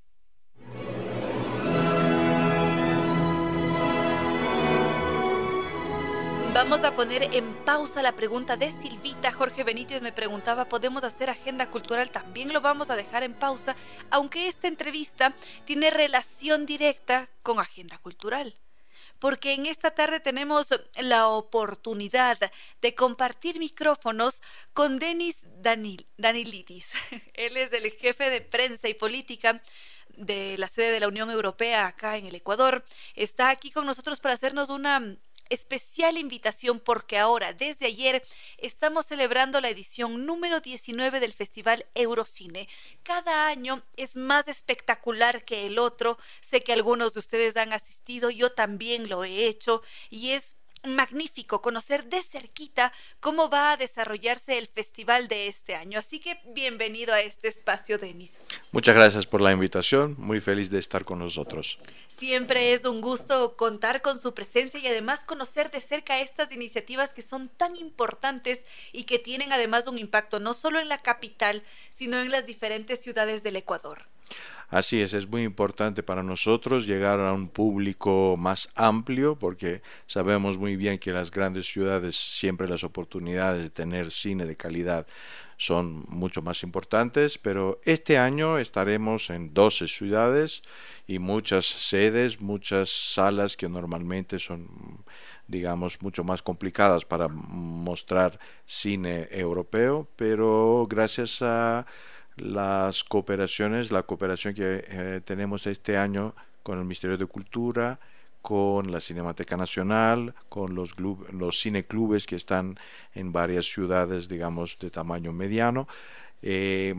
Vamos a poner en pausa la pregunta de Silvita. Jorge Benítez me preguntaba, ¿podemos hacer agenda cultural? También lo vamos a dejar en pausa, aunque esta entrevista tiene relación directa con agenda cultural. Porque en esta tarde tenemos la oportunidad de compartir micrófonos con Denis Danil, Danilidis. Él es el jefe de prensa y política de la sede de la Unión Europea acá en el Ecuador. Está aquí con nosotros para hacernos una especial invitación, porque ahora, desde ayer, estamos celebrando la edición número diecinueve del Festival Eurocine. Cada año es más espectacular que el otro. Sé que algunos de ustedes han asistido, yo también lo he hecho, y es magnífico conocer de cerquita cómo va a desarrollarse el festival de este año. Así que bienvenido a este espacio, Denis. Muchas gracias por la invitación, muy feliz de estar con nosotros. Siempre es un gusto contar con su presencia y además conocer de cerca estas iniciativas que son tan importantes y que tienen además un impacto no solo en la capital, sino en las diferentes ciudades del Ecuador. Así es, es muy importante para nosotros llegar a un público más amplio, porque sabemos muy bien que en las grandes ciudades siempre las oportunidades de tener cine de calidad son mucho más importantes, pero este año estaremos en doce ciudades y muchas sedes, muchas salas que normalmente son, digamos, mucho más complicadas para mostrar cine europeo, pero gracias a las cooperaciones, la cooperación que eh, tenemos este año con el Ministerio de Cultura, con la Cinemateca Nacional, con los, club, los cineclubes que están en varias ciudades, digamos, de tamaño mediano. Eh,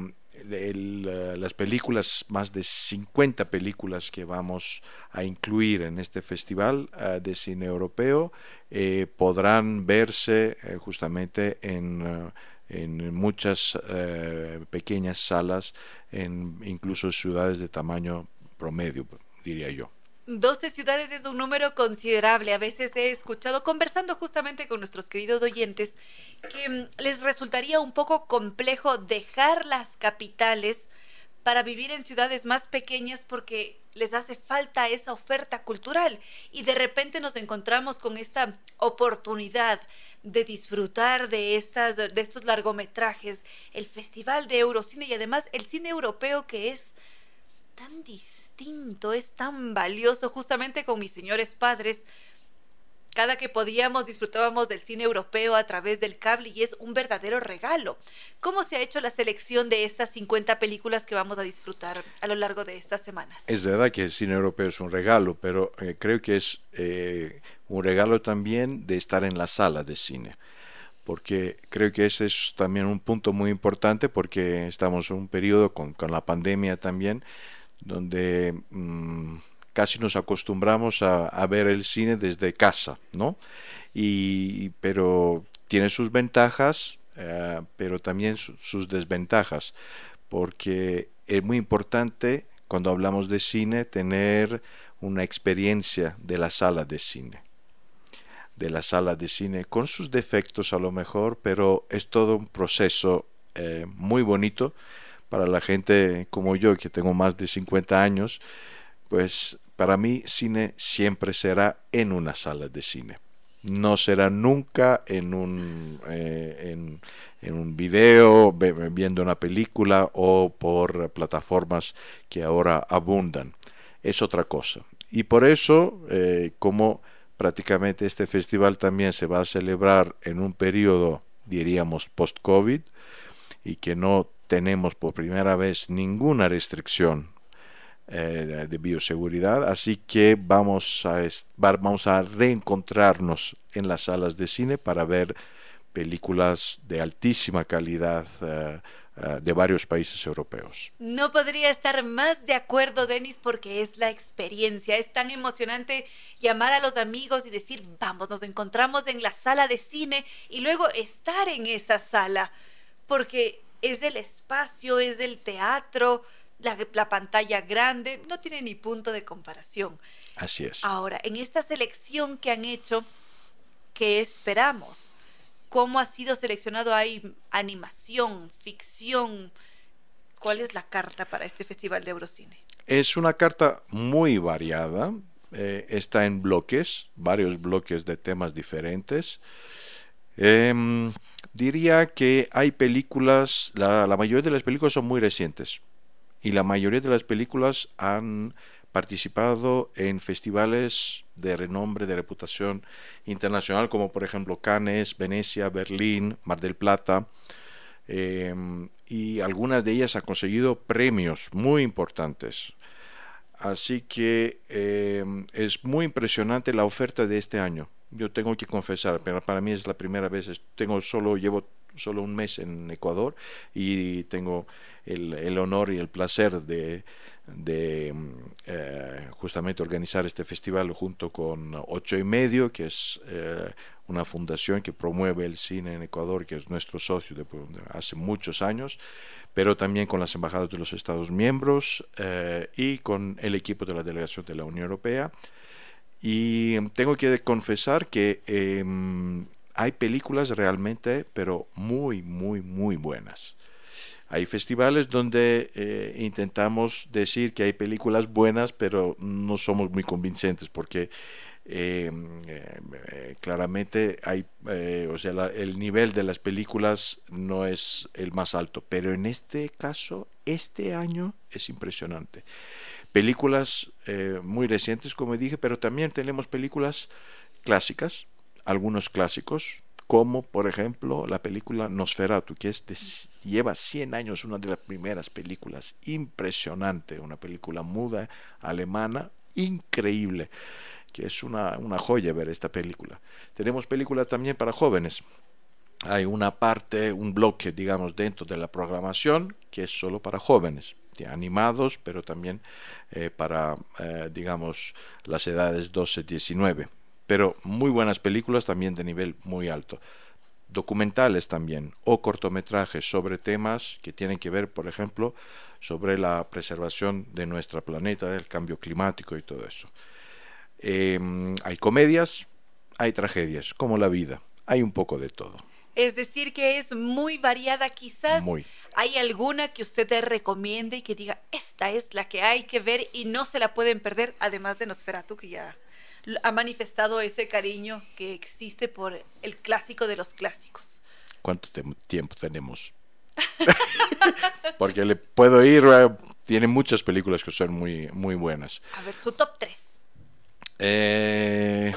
el, las películas, más de cincuenta películas que vamos a incluir en este festival uh, de cine europeo, eh, podrán verse eh, justamente en... Uh, en muchas eh, pequeñas salas, en incluso ciudades de tamaño promedio, diría yo. doce ciudades es un número considerable. A veces he escuchado, conversando justamente con nuestros queridos oyentes, que mm, les resultaría un poco complejo dejar las capitales para vivir en ciudades más pequeñas porque les hace falta esa oferta cultural. Y de repente nos encontramos con esta oportunidad de disfrutar de, estas, de estos largometrajes, el Festival de Eurocine y además el cine europeo, que es tan distinto, es tan valioso. Justamente con mis señores padres, cada que podíamos disfrutábamos del cine europeo a través del cable y es un verdadero regalo. ¿Cómo se ha hecho la selección de estas cincuenta películas que vamos a disfrutar a lo largo de estas semanas? Es verdad que el cine europeo es un regalo, pero eh, creo que es eh, un regalo también de estar en la sala de cine, porque creo que ese es también un punto muy importante, porque estamos en un periodo con, con la pandemia también, donde mmm, casi nos acostumbramos a, a ver el cine desde casa, ¿no? Y, pero tiene sus ventajas, eh, pero también su, sus desventajas, porque es muy importante cuando hablamos de cine tener una experiencia de la sala de cine, de la sala de cine con sus defectos a lo mejor, pero es todo un proceso eh, muy bonito para la gente como yo, que tengo más de cincuenta años. Pues para mí cine siempre será en una sala de cine. No será nunca en un, eh, en, en un video, viendo una película o por plataformas que ahora abundan. Es otra cosa. Y por eso, eh, como prácticamente este festival también se va a celebrar en un periodo, diríamos, post-COVID, y que no tenemos por primera vez ninguna restricción Eh, de bioseguridad, así que vamos a, vamos a reencontrarnos en las salas de cine para ver películas de altísima calidad uh, uh, de varios países europeos. No podría estar más de acuerdo, Denis, porque es la experiencia. Es tan emocionante llamar a los amigos y decir, vamos, nos encontramos en la sala de cine, y luego estar en esa sala, porque es el espacio, es el teatro. La, la pantalla grande, no tiene ni punto de comparación. Así es. Ahora, en esta selección que han hecho, ¿qué esperamos? ¿Cómo ha sido seleccionado? ¿Hay animación, ficción? ¿Cuál es la carta para este Festival de Eurocine? Es una carta muy variada, eh, está en bloques, varios bloques de temas diferentes. Eh, diría que hay películas, la, la mayoría de las películas son muy recientes. Y la mayoría de las películas han participado en festivales de renombre, de reputación internacional, como por ejemplo Cannes, Venecia, Berlín, Mar del Plata, eh, y algunas de ellas han conseguido premios muy importantes. Así que eh, es muy impresionante la oferta de este año. Yo tengo que confesar, pero para mí es la primera vez, tengo solo, llevo solo un mes en Ecuador y tengo el, el honor y el placer de, de eh, justamente organizar este festival junto con Ocho y Medio, que es eh, una fundación que promueve el cine en Ecuador, que es nuestro socio de, de hace muchos años, pero también con las embajadas de los Estados miembros eh, y con el equipo de la delegación de la Unión Europea. Y tengo que confesar que eh, hay películas realmente, pero muy, muy, muy buenas. Hay festivales donde eh, intentamos decir que hay películas buenas, pero no somos muy convincentes porque eh, eh, claramente hay, eh, o sea, la, el nivel de las películas no es el más alto. Pero en este caso, este año es impresionante. Películas eh, muy recientes, como dije, pero también tenemos películas clásicas, algunos clásicos, como por ejemplo la película Nosferatu, que es de, lleva cien años, una de las primeras películas, impresionante, una película muda alemana, increíble, que es una, una joya ver esta película. Tenemos películas también para jóvenes. Hay una parte, un bloque, digamos, dentro de la programación que es solo para jóvenes, animados, pero también eh, para, eh, digamos, las edades doce a diecinueve. Pero muy buenas películas también de nivel muy alto. Documentales también, o cortometrajes sobre temas que tienen que ver, por ejemplo, sobre la preservación de nuestro planeta, del cambio climático y todo eso. Eh, hay comedias, hay tragedias, como la vida. Hay un poco de todo. Es decir, que es muy variada. Quizás Muy. hay alguna que usted te recomiende y que diga, esta es la que hay que ver y no se la pueden perder, además de Nosferatu, que ya ha manifestado ese cariño que existe por el clásico de los clásicos. ¿Cuánto te- tiempo tenemos? Porque le puedo ir, eh, tiene muchas películas que son muy, muy buenas. A ver, su top tres. Eh,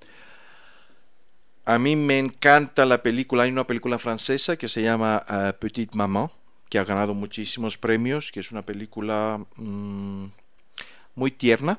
a mí me encanta la película, hay una película francesa que se llama uh, Petite Maman, que ha ganado muchísimos premios, que es una película mm, muy tierna.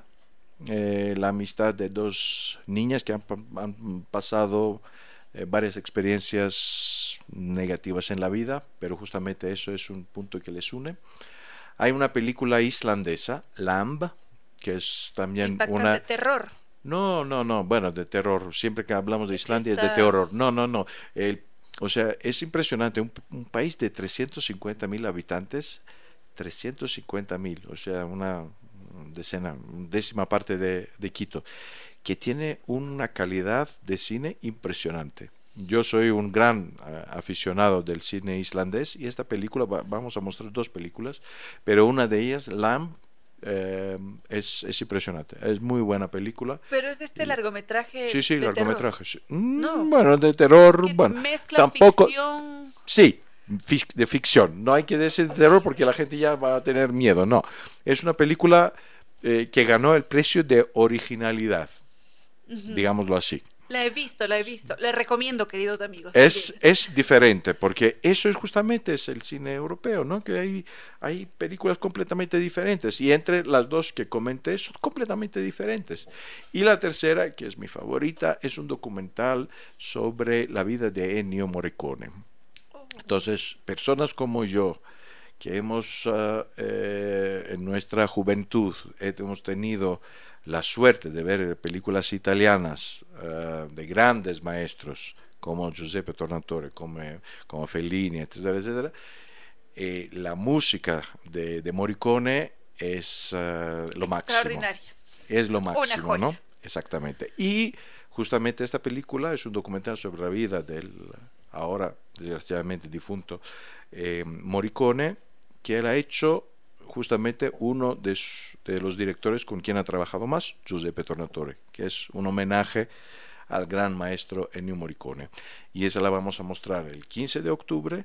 Eh, la amistad de dos niñas que han, pa- han pasado eh, varias experiencias negativas en la vida, pero justamente eso es un punto que les une. Hay una película islandesa, Lamb, que es también Impactante una... terror. No, no, no, bueno, de terror. Siempre que hablamos de Islandia es de Esta- terror. No, no, no. El- o sea, es impresionante. Un, un país de trescientos cincuenta mil habitantes, trescientos cincuenta mil, o sea, una decena, décima parte de, de Quito, que tiene una calidad de cine impresionante. Yo soy un gran uh, aficionado del cine islandés y esta película, va, vamos a mostrar dos películas, pero una de ellas, Lamb, eh, es, es impresionante. Es muy buena película. Pero es este largometraje. Sí, sí, de largometraje. terror. Sí. Mm, No. Bueno, de terror, Que bueno, mezcla tampoco. ficción. Sí, fic- de ficción. No hay que decir de terror porque la gente ya va a tener miedo. No, es una película eh, que ganó el precio de originalidad, Ujú. digámoslo así. La he visto, la he visto. Le recomiendo, queridos amigos. Es, también. es diferente, porque eso es justamente es el cine europeo, ¿no? Que hay, hay películas completamente diferentes, y entre las dos que comenté son completamente diferentes. Y la tercera, que es mi favorita, es un documental sobre la vida de Ennio Morricone. Entonces, personas como yo, que hemos uh, eh, en nuestra juventud hemos tenido la suerte de ver películas italianas uh, de grandes maestros como Giuseppe Tornatore, como, como Fellini, etcétera, etcétera, eh, la música de, de Morricone es uh, lo máximo. Extraordinaria. Es lo Una máximo, joya. ¿no? Exactamente. Y justamente esta película es un documental sobre la vida del ahora desgraciadamente difunto eh, Morricone, que él ha hecho justamente uno de, su, de los directores con quien ha trabajado más, Giuseppe Tornatore, que es un homenaje al gran maestro Ennio Morricone. Y esa la vamos a mostrar el quince de octubre,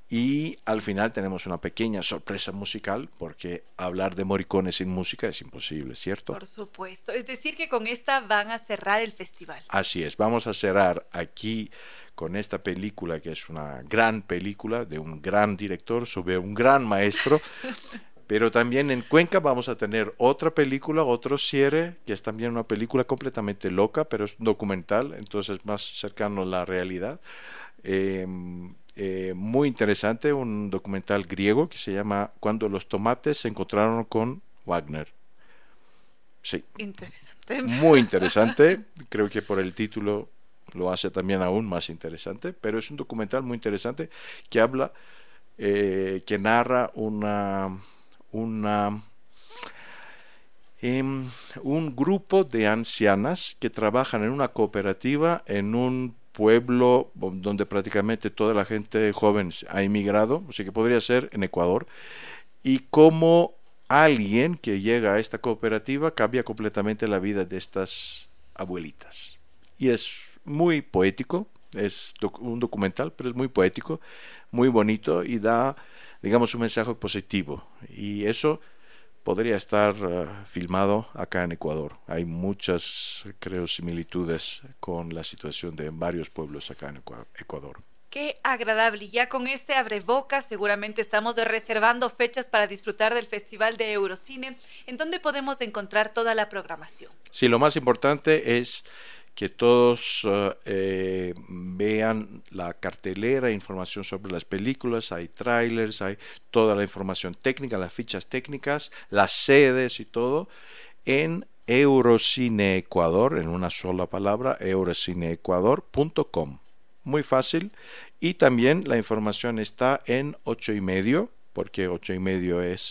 y al final tenemos una pequeña sorpresa musical, porque hablar de Morricone sin música es imposible, ¿cierto? Por supuesto. Es decir, que con esta van a cerrar el festival. Así es, vamos a cerrar aquí con esta película, que es una gran película de un gran director sobre un gran maestro. Pero también en Cuenca vamos a tener otra película, otro cierre, que es también una película completamente loca, pero es un documental, entonces más cercano a la realidad. Eh, eh, muy interesante, un documental griego que se llama Cuando los tomates se encontraron con Wagner. Sí. Interesante. Muy interesante, creo que por el título lo hace también aún más interesante, pero es un documental muy interesante que habla, eh, que narra una... una eh, un grupo de ancianas que trabajan en una cooperativa en un pueblo donde prácticamente toda la gente joven ha emigrado, o sea que podría ser en Ecuador, y cómo alguien que llega a esta cooperativa cambia completamente la vida de estas abuelitas. Y es muy poético, es doc- un documental, pero es muy poético, muy bonito y da, digamos, un mensaje positivo. Y eso podría estar uh, filmado acá en Ecuador. Hay muchas, creo, similitudes con la situación de varios pueblos acá en Ecuador. Qué agradable. Y ya con este abrebocas seguramente estamos reservando fechas para disfrutar del Festival de Eurocine. ¿En dónde podemos encontrar toda la programación? Sí, lo más importante es que todos uh, eh, vean la cartelera, información sobre las películas, hay trailers, hay toda la información técnica, las fichas técnicas, las sedes y todo, en Eurocine Ecuador, en una sola palabra, eurocine ecuador punto com. Muy fácil. Y también la información está en ocho y medio, porque ocho y medio es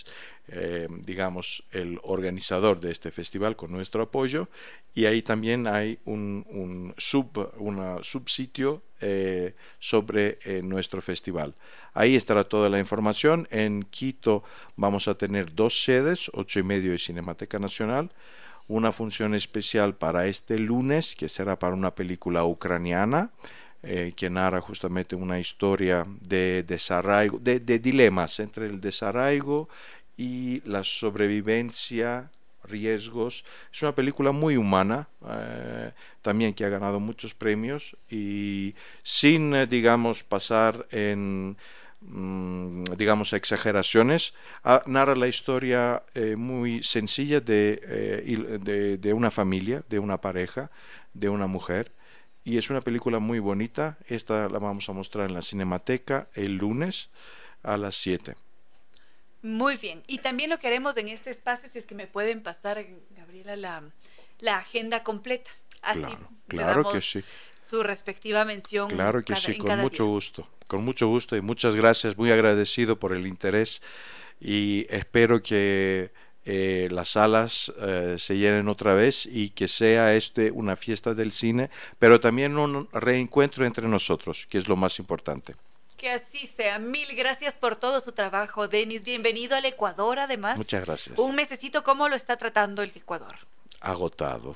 eh, digamos, el organizador de este festival con nuestro apoyo, y ahí también hay un, un sub, una subsitio eh, sobre eh, nuestro festival. Ahí estará toda la información. En Quito vamos a tener dos sedes, ocho y medio y Cinemateca Nacional, una función especial para este lunes, que será para una película ucraniana, eh, que narra justamente una historia de desarraigo, de, de dilemas entre el desarraigo y la sobrevivencia, riesgos. Es una película muy humana, eh, también que ha ganado muchos premios, y sin, eh, digamos, pasar en, mm, digamos, exageraciones, ah, narra la historia eh, muy sencilla de, eh, de, de una familia, de una pareja, de una mujer, y es una película muy bonita. Esta la vamos a mostrar en la Cinemateca el lunes a las siete. Muy bien, y también lo que haremos en este espacio, si es que me pueden pasar, Gabriela, la, la agenda completa. Así claro, claro que sí. Su respectiva mención. Claro que cada, sí, con mucho día. gusto, con mucho gusto y muchas gracias, muy agradecido por el interés, y espero que eh, las salas eh, se llenen otra vez y que sea este una fiesta del cine, pero también un reencuentro entre nosotros, que es lo más importante. Que así sea. Mil gracias por todo su trabajo, Denis. Bienvenido al Ecuador, además. Muchas gracias. Un mesecito, ¿cómo lo está tratando el Ecuador? Agotado.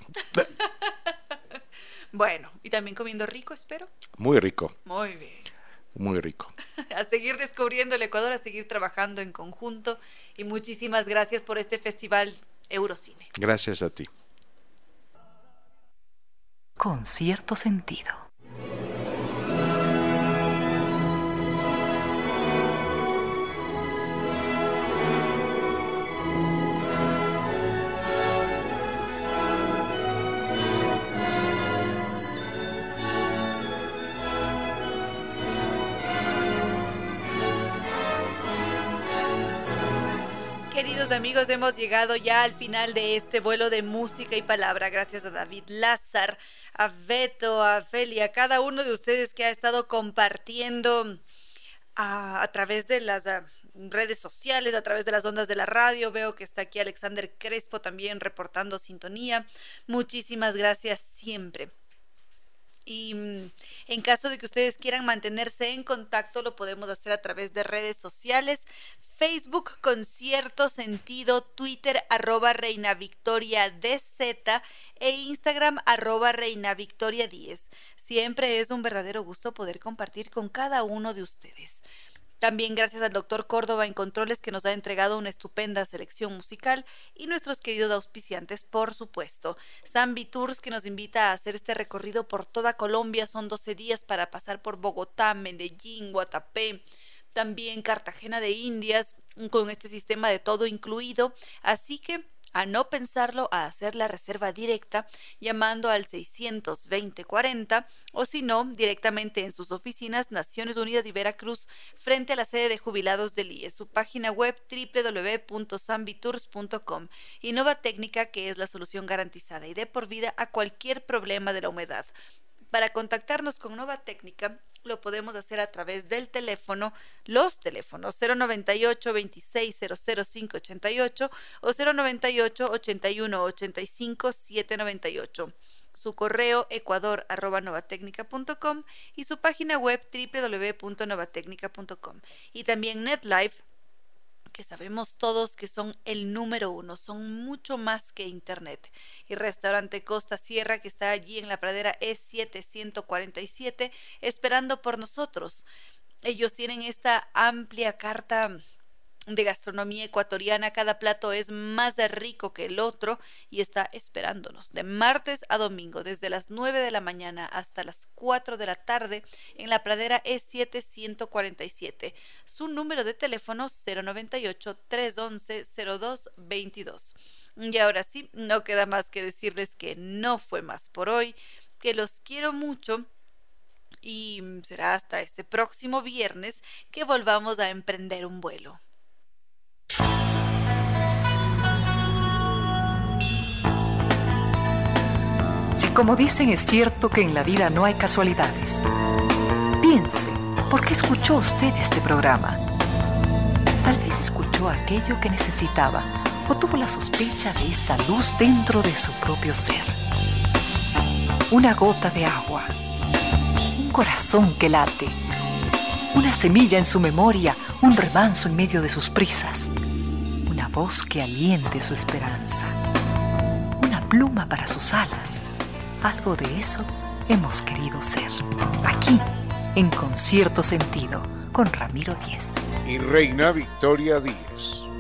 Bueno, y también comiendo rico, espero. Muy rico. Muy bien. Muy rico. A seguir descubriendo el Ecuador, a seguir trabajando en conjunto. Y muchísimas gracias por este festival Eurocine. Gracias a ti. Con cierto sentido. Queridos amigos, hemos llegado ya al final de este vuelo de música y palabra. Gracias a David Lázar, a Beto, a Feli, a cada uno de ustedes que ha estado compartiendo a, a través de las a, redes sociales, a través de las ondas de la radio. Veo que está aquí Alexander Crespo también reportando sintonía. Muchísimas gracias siempre. Y en caso de que ustedes quieran mantenerse en contacto, lo podemos hacer a través de redes sociales. Facebook con cierto sentido, Twitter arroba Reina Victoria D Z e Instagram arroba Reina Victoria diez. Siempre es un verdadero gusto poder compartir con cada uno de ustedes. También gracias al doctor Córdoba en Controles, que nos ha entregado una estupenda selección musical, y nuestros queridos auspiciantes, por supuesto. Zambi Tours, que nos invita a hacer este recorrido por toda Colombia. Son doce días para pasar por Bogotá, Medellín, Guatapé, también Cartagena de Indias, con este sistema de todo incluido. Así que, a no pensarlo, a hacer la reserva directa llamando al seiscientos veinte cuarenta, o si no, directamente en sus oficinas Naciones Unidas y Veracruz, frente a la sede de jubilados del I E S. Su página web doble u doble u doble u punto zambitours punto com. Y Nova Técnica, que es la solución garantizada y de por vida a cualquier problema de la humedad. Para contactarnos con Nova Técnica lo podemos hacer a través del teléfono, los teléfonos cero noventa y ocho, veintiséis, cero cero cinco, ochenta y ocho o cero noventa y ocho, ochenta y uno, ochenta y cinco, setecientos noventa y ocho. Su correo ecuador arroba novatecnica punto com y su página web doble u doble u doble u punto novatecnica punto com. Y también NetLife, que sabemos todos que son el número uno, son mucho más que internet. Y Restaurante Costa Sierra, que está allí en la pradera E siete ciento cuarenta y siete, esperando por nosotros. Ellos tienen esta amplia carta de gastronomía ecuatoriana. Cada plato es más rico que el otro y está esperándonos de martes a domingo, desde las nueve de la mañana hasta las cuatro de la tarde, en la pradera E siete ciento cuarenta y siete. Su número de teléfono cero noventa y ocho, trescientos once, cero dos veintidós. Y ahora sí, no queda más que decirles que no fue más por hoy, que los quiero mucho, y será hasta este próximo viernes que volvamos a emprender un vuelo. Si como dicen es cierto que en la vida no hay casualidades, piense, ¿por qué escuchó usted este programa? Tal vez escuchó aquello que necesitaba o tuvo la sospecha de esa luz dentro de su propio ser. Una gota de agua, un corazón que late, una semilla en su memoria, un remanso en medio de sus prisas, una voz que aliente su esperanza, una pluma para sus alas. Algo de eso hemos querido ser. Aquí, en Concierto Sentido, con Ramiro Díez y Reina Victoria Díez.